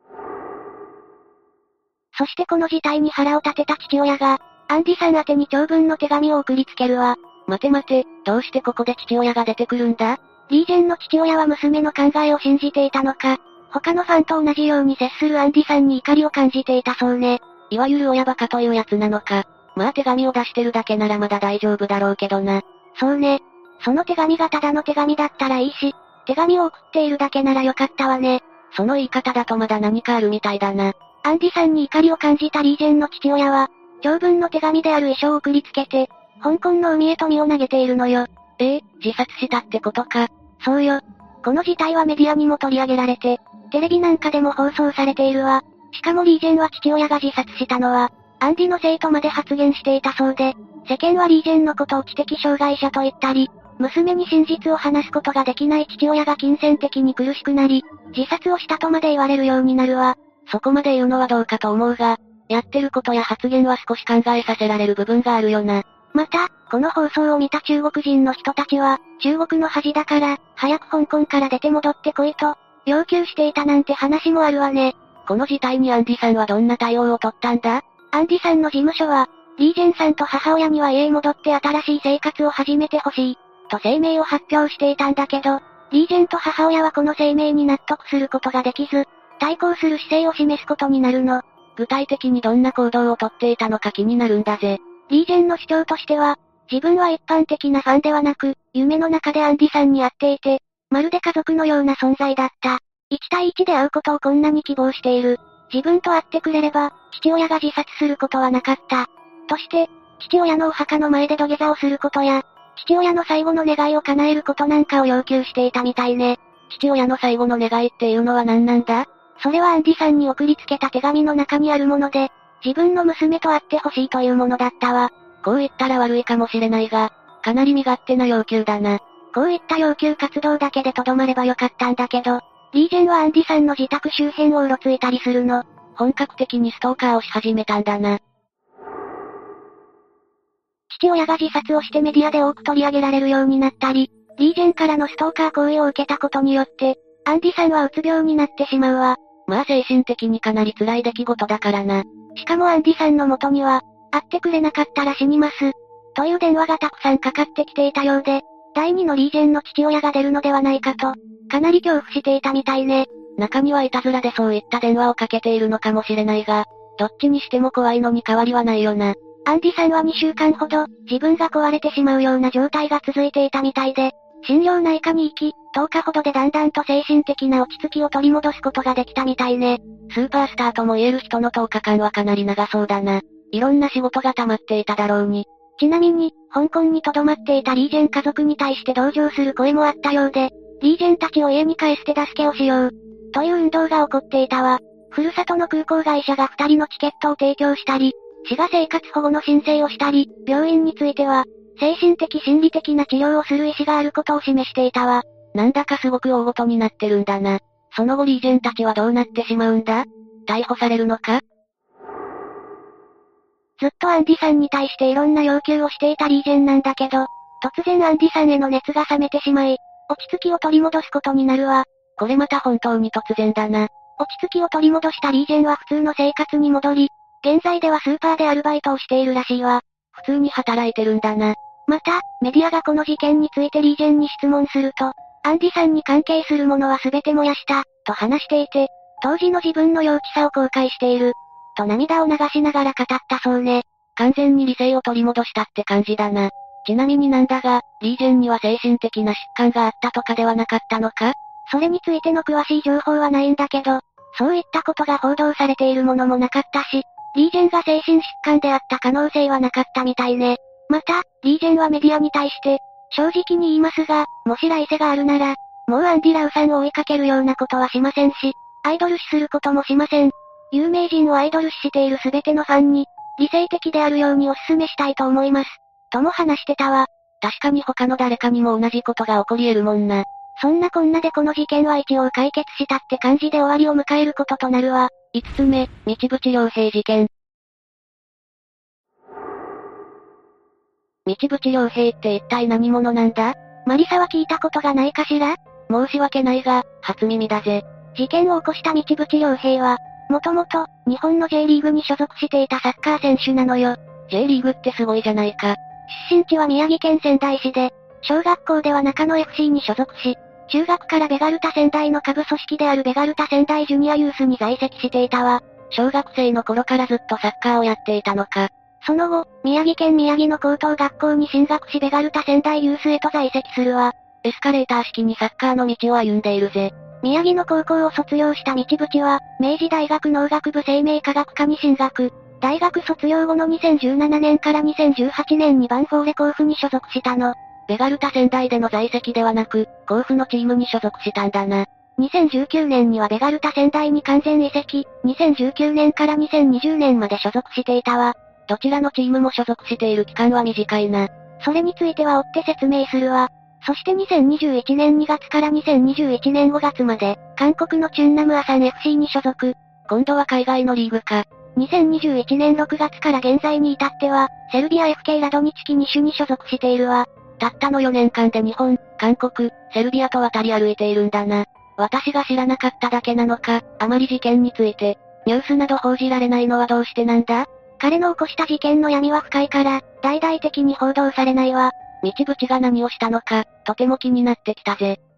そしてこの事態に腹を立てた父親が、アンディさん宛てに長文の手紙を送りつけるわ。 待て待て、どうしてここで父親が出てくるんだ？ リーゼンの父親は娘の考えを信じていたのか、他のファンと同じように接するアンディさんに怒りを感じていたそうね。 いわゆる親バカというやつなのか。まあ手紙を出してるだけならまだ大丈夫だろうけどな。 そうね。その手紙がただの手紙だったらいいし、手紙を送っているだけならよかったわね。 その言い方だとまだ何かあるみたいだな。 アンディさんに怒りを感じたリーゼンの父親は、長文の手紙である遺書を送りつけて、香港の海へと身を投げているのよ。 自殺したってことか。 そうよ。この事態はメディアにも取り上げられて、テレビなんかでも放送されているわ。しかもリーゼンは父親が自殺したのは、アンディのせいとまで発言していたそうで、世間はリーゼンのことを知的障害者と言ったり、娘に真実を話すことができない父親が金銭的に苦しくなり、自殺をしたとまで言われるようになるわ。 そこまで言うのはどうかと思うが、やってることや発言は少し考えさせられる部分があるよな。 また、この放送を見た中国人の人たちは、中国の恥だから、早く香港から出て戻ってこいと、要求していたなんて話もあるわね。 この事態にアンディさんはどんな対応を取ったんだ？ アンディさんの事務所は、リーゼンさんと母親には家へ戻って新しい生活を始めてほしい、と声明を発表していたんだけど、リーゼンと母親はこの声明に納得することができず、対抗する姿勢を示すことになるの。 具体的にどんな行動をとっていたのか気になるんだぜ。 リーゼンの主張としては、自分は一般的なファンではなく、夢の中でアンディさんに会っていて、まるで家族のような存在だった。1対1で会うことをこんなに希望している。自分と会ってくれれば、父親が自殺することはなかった。として、父親のお墓の前で土下座をすることや、父親の最後の願いを叶えることなんかを要求していたみたいね。 父親の最後の願いっていうのは何なんだ？ それはアンディさんに送りつけた手紙の中にあるもので、自分の娘と会ってほしいというものだったわ。 こう言ったら悪いかもしれないが、かなり身勝手な要求だな。 こういった要求活動だけでとどまればよかったんだけど、リーゼンはアンディさんの自宅周辺をうろついたりするの。 本格的にストーカーをし始めたんだな。 父親が自殺をしてメディアで多く取り上げられるようになったり、リーゼンからのストーカー行為を受けたことによって、アンディさんはうつ病になってしまうわ。 まあ精神的にかなり辛い出来事だからな。 しかもアンディさんの元には、会ってくれなかったら死にます。という電話がたくさんかかってきていたようで、第2のリーゼンの父親が出るのではないかと、かなり恐怖していたみたいね。 中にはいたずらでそういった電話をかけているのかもしれないが、どっちにしても怖いのに変わりはないよな。 アンディさんは2週間ほど、自分が壊れてしまうような状態が続いていたみたいで、心療内科に行き、10日ほどでだんだんと精神的な落ち着きを取り戻すことができたみたいね。 スーパースターとも言える人の10日間はかなり長そうだな。いろんな仕事が溜まっていただろうに。 ちなみに、香港に留まっていたリーゼン家族に対して同情する声もあったようで、リーゼンたちを家に帰す手助けをしよう、という運動が起こっていたわ。ふるさとの空港会社が2人のチケットを提供したり、市が生活保護の申請をしたり、病院については、精神的心理的な治療をする意思があることを示していたわ。 なんだかすごく大事になってるんだな。その後リーゼンたちはどうなってしまうんだ？逮捕されるのか？ ずっとアンディさんに対していろんな要求をしていたリーゼンなんだけど、突然アンディさんへの熱が冷めてしまい、落ち着きを取り戻すことになるわ。 これまた本当に突然だな。 落ち着きを取り戻したリーゼンは普通の生活に戻り、現在ではスーパーでアルバイトをしているらしいわ。 普通に働いてるんだな。 また、メディアがこの事件についてリーゼンに質問すると、アンディさんに関係するものは全て燃やした、と話していて、当時の自分の幼稚さを後悔している、と涙を流しながら語ったそうね。 完全に理性を取り戻したって感じだな。ちなみになんだが、リーゼンには精神的な疾患があったとかではなかったのか？ それについての詳しい情報はないんだけど、そういったことが報道されているものもなかったし、リーゼンが精神疾患であった可能性はなかったみたいね。また、リーゼンはメディアに対して、 正直に言いますが、もし来世があるなら、もうアンディ・ラウさんを追いかけるようなことはしませんし、アイドル視することもしません。有名人をアイドル視している全てのファンに、理性的であるようにお勧めしたいと思います。とも話してたわ。 確かに他の誰かにも同じことが起こり得るもんな。 そんなこんなでこの事件は一応解決したって感じで終わりを迎えることとなるわ。 5つ目、道淵良平事件。道淵良平って一体何者なんだ？ マリサは聞いたことがないかしら？ 申し訳ないが、初耳だぜ。 事件を起こした道淵良平は、もともと、日本の J リーグに所属していたサッカー選手なのよ。 J リーグってすごいじゃないか。 出身地は宮城県仙台市で、小学校では中野 FC に所属し、中学からベガルタ仙台の下部組織であるベガルタ仙台ジュニアユースに在籍していたわ。 小学生の頃からずっとサッカーをやっていたのか。 その後、宮城県宮城の高等学校に進学しベガルタ仙台ユースへと在籍するわ。 エスカレーター式にサッカーの道を歩んでいるぜ。 宮城の高校を卒業した道淵は、明治大学農学部生命科学科に進学。大学卒業後の2017年から2018年にバンフォーレ甲府に所属したの。 ベガルタ仙台での在籍ではなく、甲府のチームに所属したんだな。 2019年にはベガルタ仙台に完全移籍、2019年から2020年まで所属していたわ。 どちらのチームも所属している期間は短いな。 それについては追って説明するわ。そして2021年2月から2021年5月まで、韓国のチュンナムアサン FC に所属。 今度は海外のリーグか。 2021年6月から現在に至っては、セルビア FK ラドニチキ2種に所属しているわ。 たったの4年間で日本、韓国、セルビアと渡り歩いているんだな。私が知らなかっただけなのか、あまり事件について、ニュースなど報じられないのはどうしてなんだ？ 彼の起こした事件の闇は深いから、大々的に報道されないわ。 道淵が何をしたのか、とても気になってきたぜ。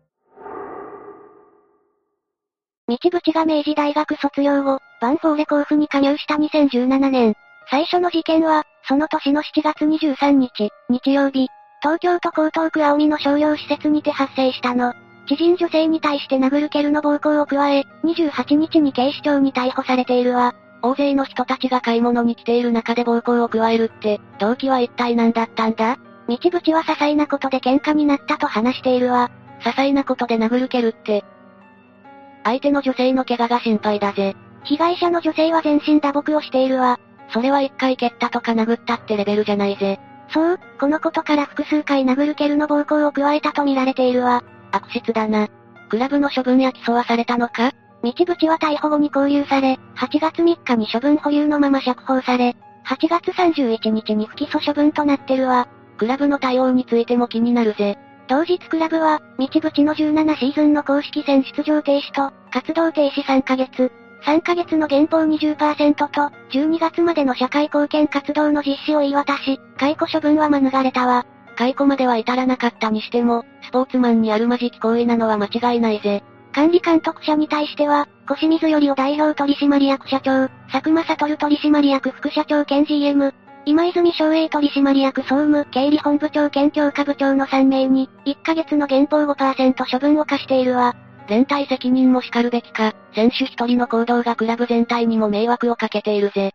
道淵が明治大学卒業後、バンフォーレ甲府に加入した2017年。最初の事件は、その年の7月23日、日曜日、東京都江東区青海の商業施設にて発生したの。知人女性に対して殴る蹴るの暴行を加え、28日に警視庁に逮捕されているわ。 大勢の人たちが買い物に来ている中で暴行を加えるって、動機は一体何だったんだ？ 道淵は些細なことで喧嘩になったと話しているわ。 些細なことで殴る蹴るって。相手の女性の怪我が心配だぜ。 被害者の女性は全身打撲をしているわ。 それは一回蹴ったとか殴ったってレベルじゃないぜ。 そう、このことから複数回殴る蹴るの暴行を加えたと見られているわ。 悪質だな。クラブの処分や起訴はされたのか？ 道淵は逮捕後に拘留され、8月3日に処分保留のまま釈放され、8月31日に不起訴処分となってるわ。 クラブの対応についても気になるぜ。 同日クラブは、道淵の17シーズンの公式戦出場停止と、活動停止3ヶ月、3ヶ月の減俸 20% と、12月までの社会貢献活動の実施を言い渡し、解雇処分は免れたわ。 解雇までは至らなかったにしても、スポーツマンにあるまじき行為なのは間違いないぜ。 管理監督者に対しては、小清水頼夫代表取締役社長、佐久間悟取締役副社長兼 GM、今泉翔英取締役総務経理本部長兼強化部長の3名に、1ヶ月の減俸 5% 処分を課しているわ。 連帯責任も叱るべきか、選手一人の行動がクラブ全体にも迷惑をかけているぜ。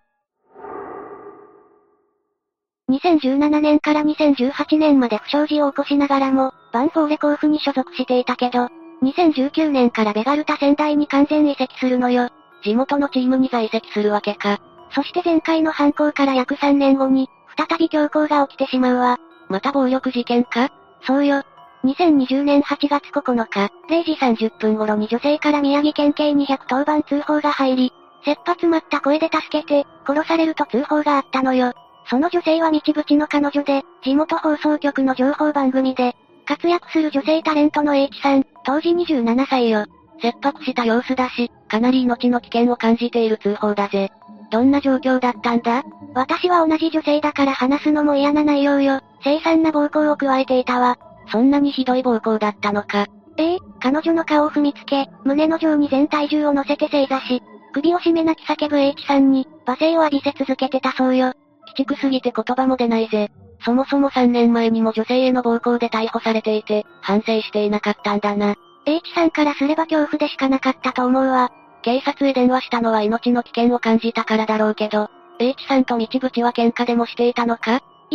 2017年から2018年まで不祥事を起こしながらも、バンフォーレ甲府に所属していたけど、2019年からベガルタ仙台に完全移籍するのよ。 地元のチームに在籍するわけか。 そして前回の犯行から約3年後に、再び凶行が起きてしまうわ。 また暴力事件か？ そうよ。2020年8月9日、0時30分頃に女性から宮城県警210番通報が入り、切羽詰まった声で助けて、殺されると通報があったのよ。その女性は道淵の彼女で、地元放送局の情報番組で、活躍する女性タレントの H さん、当時27歳よ。 切迫した様子だし、かなり命の危険を感じている通報だぜ。どんな状況だったんだ？ 私は同じ女性だから話すのも嫌な内容よ。凄惨な暴行を加えていたわ。 そんなにひどい暴行だったのか。 彼女の顔を踏みつけ、胸の上に全体重を乗せて正座し、首を絞め泣き叫ぶ H さんに、罵声を浴びせ続けてたそうよ。 鬼畜すぎて言葉も出ないぜ。そもそも3年前にも女性への暴行で逮捕されていて、反省していなかったんだな。 H さんからすれば恐怖でしかなかったと思うわ。 警察へ電話したのは命の危険を感じたからだろうけど、H さんと道淵は喧嘩でもしていたのか？ いいえ、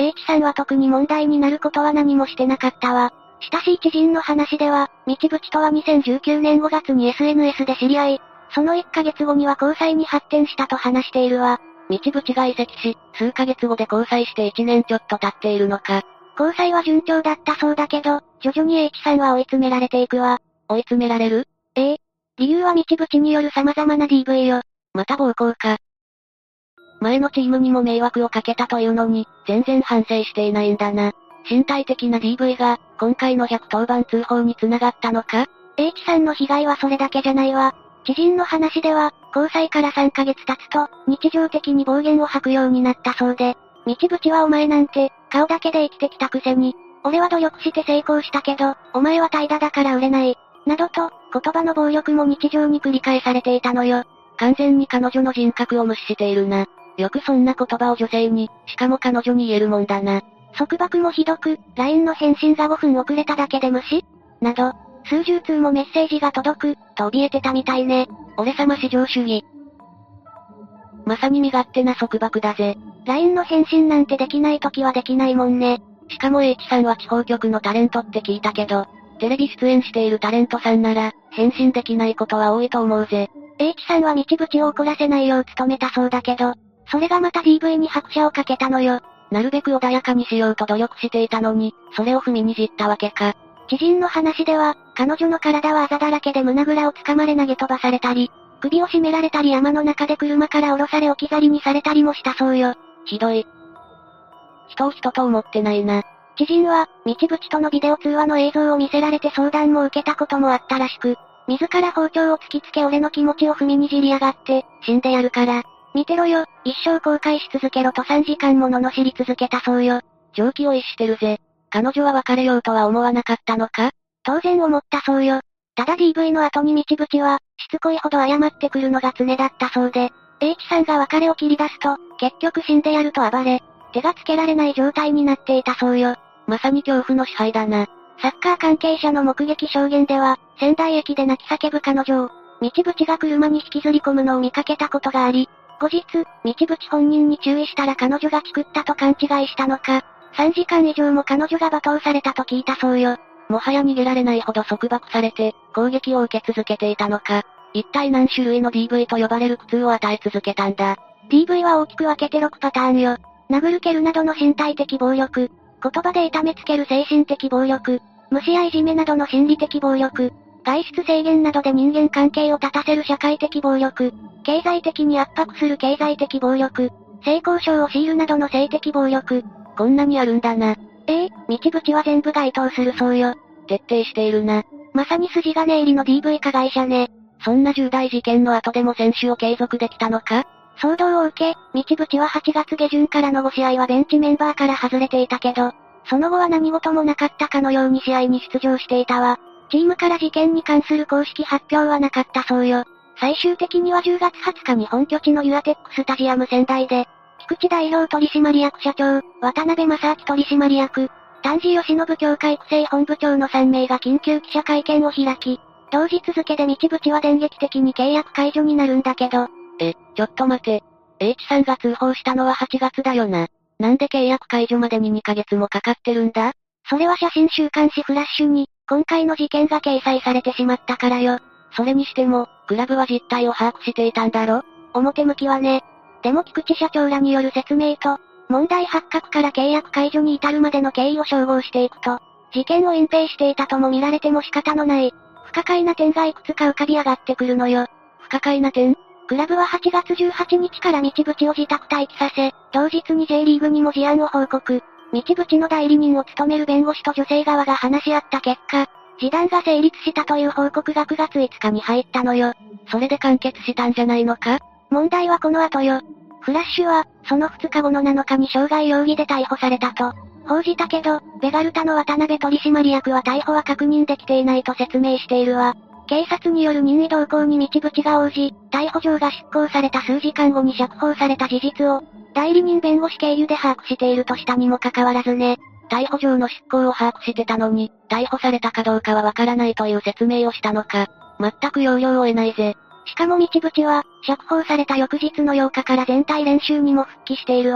H さんは特に問題になることは何もしてなかったわ。親しい知人の話では、道淵とは2019年5月に SNS で知り合い、その1ヶ月後には交際に発展したと話しているわ。 道淵が移籍し、数ヶ月後で交際して1年ちょっと経っているのか。 交際は順調だったそうだけど、徐々に H さんは追い詰められていくわ。 追い詰められる？ 理由は道淵による様々な DV よ。 また暴行か。前のチームにも迷惑をかけたというのに、全然反省していないんだな。身体的な DV が、今回の110番通報に繋がったのか？ H さんの被害はそれだけじゃないわ。知人の話では、交際から3ヶ月経つと、日常的に暴言を吐くようになったそうで、道淵はお前なんて、顔だけで生きてきたくせに、俺は努力して成功したけど、お前は怠惰だから売れない。などと、言葉の暴力も日常に繰り返されていたのよ。 完全に彼女の人格を無視しているな。よくそんな言葉を女性に、しかも彼女に言えるもんだな。 束縛もひどく、LINE の返信が5分遅れただけで無視など、数十通もメッセージが届く、と怯えてたみたいね。 俺様至上主義。まさに身勝手な束縛だぜ。 LINE の返信なんてできない時はできないもんね。 しかも H さんは地方局のタレントって聞いたけど、テレビ出演しているタレントさんなら、返信できないことは多いと思うぜ。 H さんは道淵を怒らせないよう努めたそうだけど、それがまた DV に拍車をかけたのよ。 なるべく穏やかにしようと努力していたのに、それを踏みにじったわけか。 知人の話では、彼女の体はあざだらけで胸ぐらをつかまれ投げ飛ばされたり、首を絞められたり山の中で車から降ろされ置き去りにされたりもしたそうよ。 ひどい。人を人と思ってないな。 知人は、道淵とのビデオ通話の映像を見せられて相談も受けたこともあったらしく、自ら包丁を突きつけ俺の気持ちを踏みにじりやがって、死んでやるから。見てろよ、一生後悔し続けろと3時間も罵り続けたそうよ。 常軌を逸してるぜ。彼女は別れようとは思わなかったのか？ 当然思ったそうよ。ただ DV の後に道淵は、しつこいほど謝ってくるのが常だったそうで、H さんが別れを切り出すと、結局死んでやると暴れ、手がつけられない状態になっていたそうよ。 まさに恐怖の支配だな。 サッカー関係者の目撃証言では、仙台駅で泣き叫ぶ彼女を、道淵が車に引きずり込むのを見かけたことがあり、後日、道淵本人に注意したら彼女がチクったと勘違いしたのか、3時間以上も彼女が罵倒されたと聞いたそうよ。 もはや逃げられないほど束縛されて、攻撃を受け続けていたのか。一体何種類の DV と呼ばれる苦痛を与え続けたんだ。 DV は大きく分けて6パターンよ。殴る蹴るなどの身体的暴力、言葉で痛めつける精神的暴力、無視やいじめなどの心理的暴力、外出制限などで人間関係を立たせる社会的暴力、経済的に圧迫する経済的暴力、性交渉を強いるなどの性的暴力。 こんなにあるんだな。 道淵は全部該当するそうよ。 徹底しているな。 まさに筋金入りの DV 加害者ね。 そんな重大事件の後でも選手を継続できたのか？ 騒動を受け、道淵は8月下旬からの5試合はベンチメンバーから外れていたけど、その後は何事もなかったかのように試合に出場していたわ。チームから事件に関する公式発表はなかったそうよ。最終的には10月20日に本拠地のユアテックスタジアム仙台で、菊池代表取締役社長、渡辺正明取締役、丹治義信協会育成本部長の3名が緊急記者会見を開き、同日付で道淵は電撃的に契約解除になるんだけど。 ちょっと待て。H さんが通報したのは8月だよな。なんで契約解除までに2ヶ月もかかってるんだ？ それは写真週刊誌フラッシュに、今回の事件が掲載されてしまったからよ。 それにしても、クラブは実態を把握していたんだろ？ 表向きはね。でも菊池社長らによる説明と、問題発覚から契約解除に至るまでの経緯を照合していくと、事件を隠蔽していたとも見られても仕方のない、不可解な点がいくつか浮かび上がってくるのよ。 不可解な点？ クラブは8月18日から道淵を自宅待機させ、同日に J リーグにも事案を報告。道淵の代理人を務める弁護士と女性側が話し合った結果、示談が成立したという報告が9月5日に入ったのよ。 それで完結したんじゃないのか？ 問題はこの後よ。フラッシュは、その2日後の7日に傷害容疑で逮捕されたと、報じたけど、ベガルタの渡辺取締役は逮捕は確認できていないと説明しているわ。警察による任意同行に道淵が応じ、逮捕状が執行された数時間後に釈放された事実を、代理人弁護士経由で把握しているとしたにもかかわらずね。 逮捕状の執行を把握してたのに、逮捕されたかどうかはわからないという説明をしたのか。全く要領を得ないぜ。 しかも道淵は、釈放された翌日の8日から全体練習にも復帰しているわ。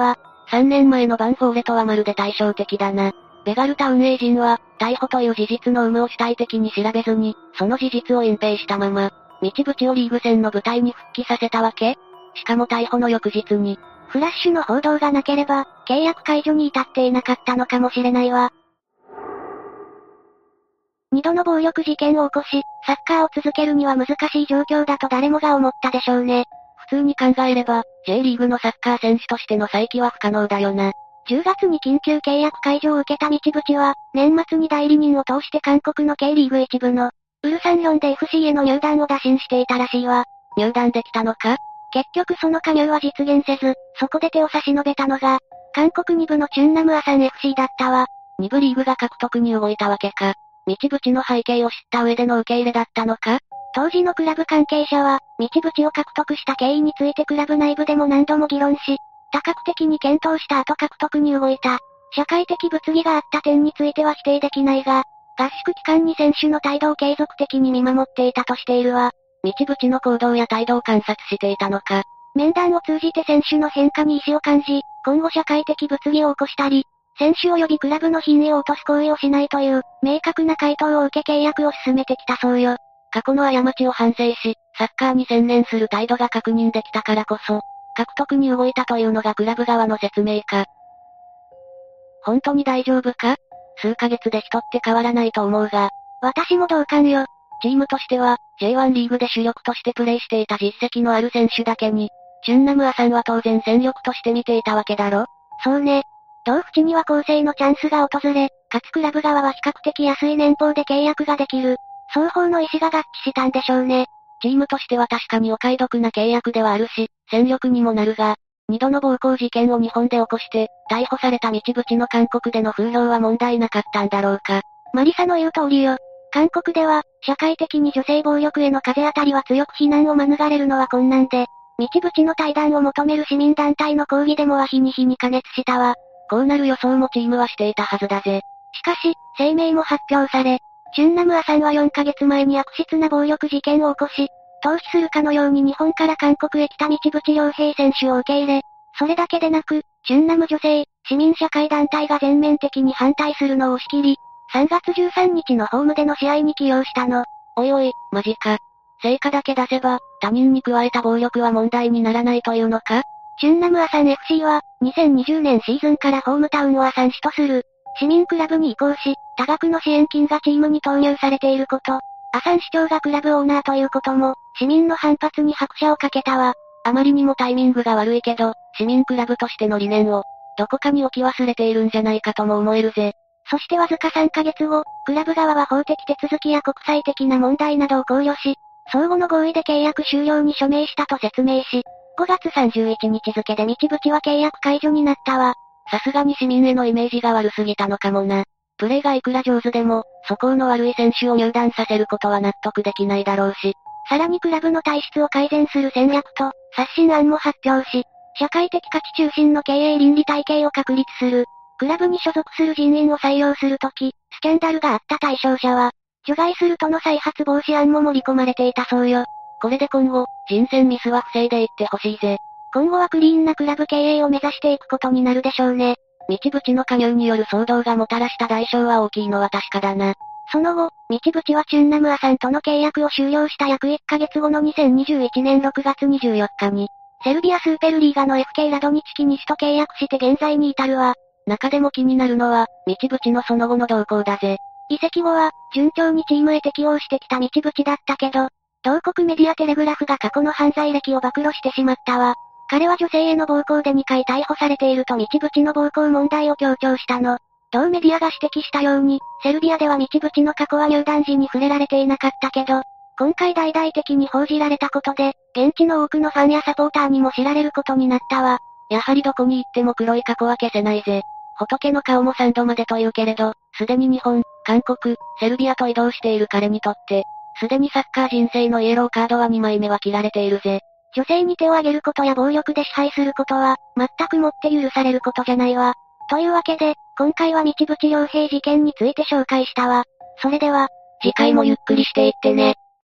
3年前のバンフォーレとはまるで対照的だな。ベガルタ運営陣は、逮捕という事実の有無を主体的に調べずに、その事実を隠蔽したまま、道淵をリーグ戦の舞台に復帰させたわけ？しかも逮捕の翌日に、 フラッシュの報道がなければ、契約解除に至っていなかったのかもしれないわ。2度の暴力事件を起こし、サッカーを続けるには難しい状況だと誰もが思ったでしょうね。 普通に考えれば、J リーグのサッカー選手としての再起は不可能だよな。 10月に緊急契約解除を受けた道淵は、年末に代理人を通して韓国の K リーグ一部の、ウルサンヒョンデ FC への入団を打診していたらしいわ。 入団できたのか？ 結局その加入は実現せず、そこで手を差し伸べたのが、韓国2部のチュンナムアサン FC だったわ。 2部リーグが獲得に動いたわけか。道淵の背景を知った上での受け入れだったのか？ 当時のクラブ関係者は、道淵を獲得した経緯についてクラブ内部でも何度も議論し、多角的に検討した後獲得に動いた。社会的物議があった点については否定できないが、合宿期間に選手の態度を継続的に見守っていたとしているわ。 道淵の行動や態度を観察していたのか。 面談を通じて選手の変化に意思を感じ、今後社会的物議を起こしたり、選手及びクラブの品位を落とす行為をしないという、明確な回答を受け契約を進めてきたそうよ。 過去の過ちを反省し、サッカーに専念する態度が確認できたからこそ、獲得に動いたというのがクラブ側の説明か。本当に大丈夫か？数ヶ月で人って変わらないと思うが。 私も同感よ。 チームとしては、J1 リーグで主力としてプレーしていた実績のある選手だけに、チュンナムアさんは当然戦力として見ていたわけだろ？ そうね。同淵には更生のチャンスが訪れ、かつクラブ側は比較的安い年俸で契約ができる。双方の意思が合致したんでしょうね。 チームとしては確かにお買い得な契約ではあるし、戦力にもなるが、2度の暴行事件を日本で起こして、逮捕された道淵の韓国での風評は問題なかったんだろうか。 マリサの言う通りよ。韓国では、社会的に女性暴力への風当たりは強く非難を免れるのは困難で、道淵の退団を求める市民団体の抗議デモは日に日に加熱したわ。 こうなる予想もチームはしていたはずだぜ。 しかし、声明も発表され、チュンナムアさんは4ヶ月前に悪質な暴力事件を起こし、逃避するかのように日本から韓国へ来た道淵良平選手を受け入れ、それだけでなく、チュンナム女性、市民社会団体が全面的に反対するのを押し切り、3月13日のホームでの試合に起用したの。 おいおい、マジか。成果だけ出せば、他人に加えた暴力は問題にならないというのか？ チュンナムアサン FC は、2020年シーズンからホームタウンをアサン市とする、市民クラブに移行し、多額の支援金がチームに投入されていること、アサン市長がクラブオーナーということも、市民の反発に拍車をかけたわ。 あまりにもタイミングが悪いけど、市民クラブとしての理念を、どこかに置き忘れているんじゃないかとも思えるぜ。 そしてわずか3ヶ月後、クラブ側は法的手続きや国際的な問題などを考慮し、相互の合意で契約終了に署名したと説明し、5月31日付で道淵は契約解除になったわ。 さすがに市民へのイメージが悪すぎたのかもな。プレーがいくら上手でも、素行の悪い選手を入団させることは納得できないだろうし。 さらにクラブの体質を改善する戦略と、刷新案も発表し、社会的価値中心の経営倫理体系を確立する。クラブに所属する人員を採用するとき、スキャンダルがあった対象者は、除外するとの再発防止案も盛り込まれていたそうよ。 これで今後、人選ミスは防いでいってほしいぜ。 今後はクリーンなクラブ経営を目指していくことになるでしょうね。 道淵の加入による騒動がもたらした代償は大きいのは確かだな。 その後、道淵はチュンナムアさんとの契約を終了した約1ヶ月後の2021年6月24日に、セルビアスーペルリーガの FK ラドニチキ西と契約して現在に至るわ。 中でも気になるのは、道淵のその後の動向だぜ。 移籍後は、順調にチームへ適応してきた道淵だったけど、同国メディアテレグラフが過去の犯罪歴を暴露してしまったわ。彼は女性への暴行で2回逮捕されていると道淵の暴行問題を強調したの。同メディアが指摘したように、セルビアでは道淵の過去は入団時に触れられていなかったけど、今回大々的に報じられたことで、現地の多くのファンやサポーターにも知られることになったわ。 やはりどこに行っても黒い過去は消せないぜ。仏の顔も3度までというけれど、すでに日本、韓国、セルビアと移動している彼にとって、すでにサッカー人生のイエローカードは2枚目は切られているぜ。 女性に手を挙げることや暴力で支配することは、全くもって許されることじゃないわ。というわけで、今回は道淵良平事件について紹介したわ。それでは、 次回もゆっくりしていってね。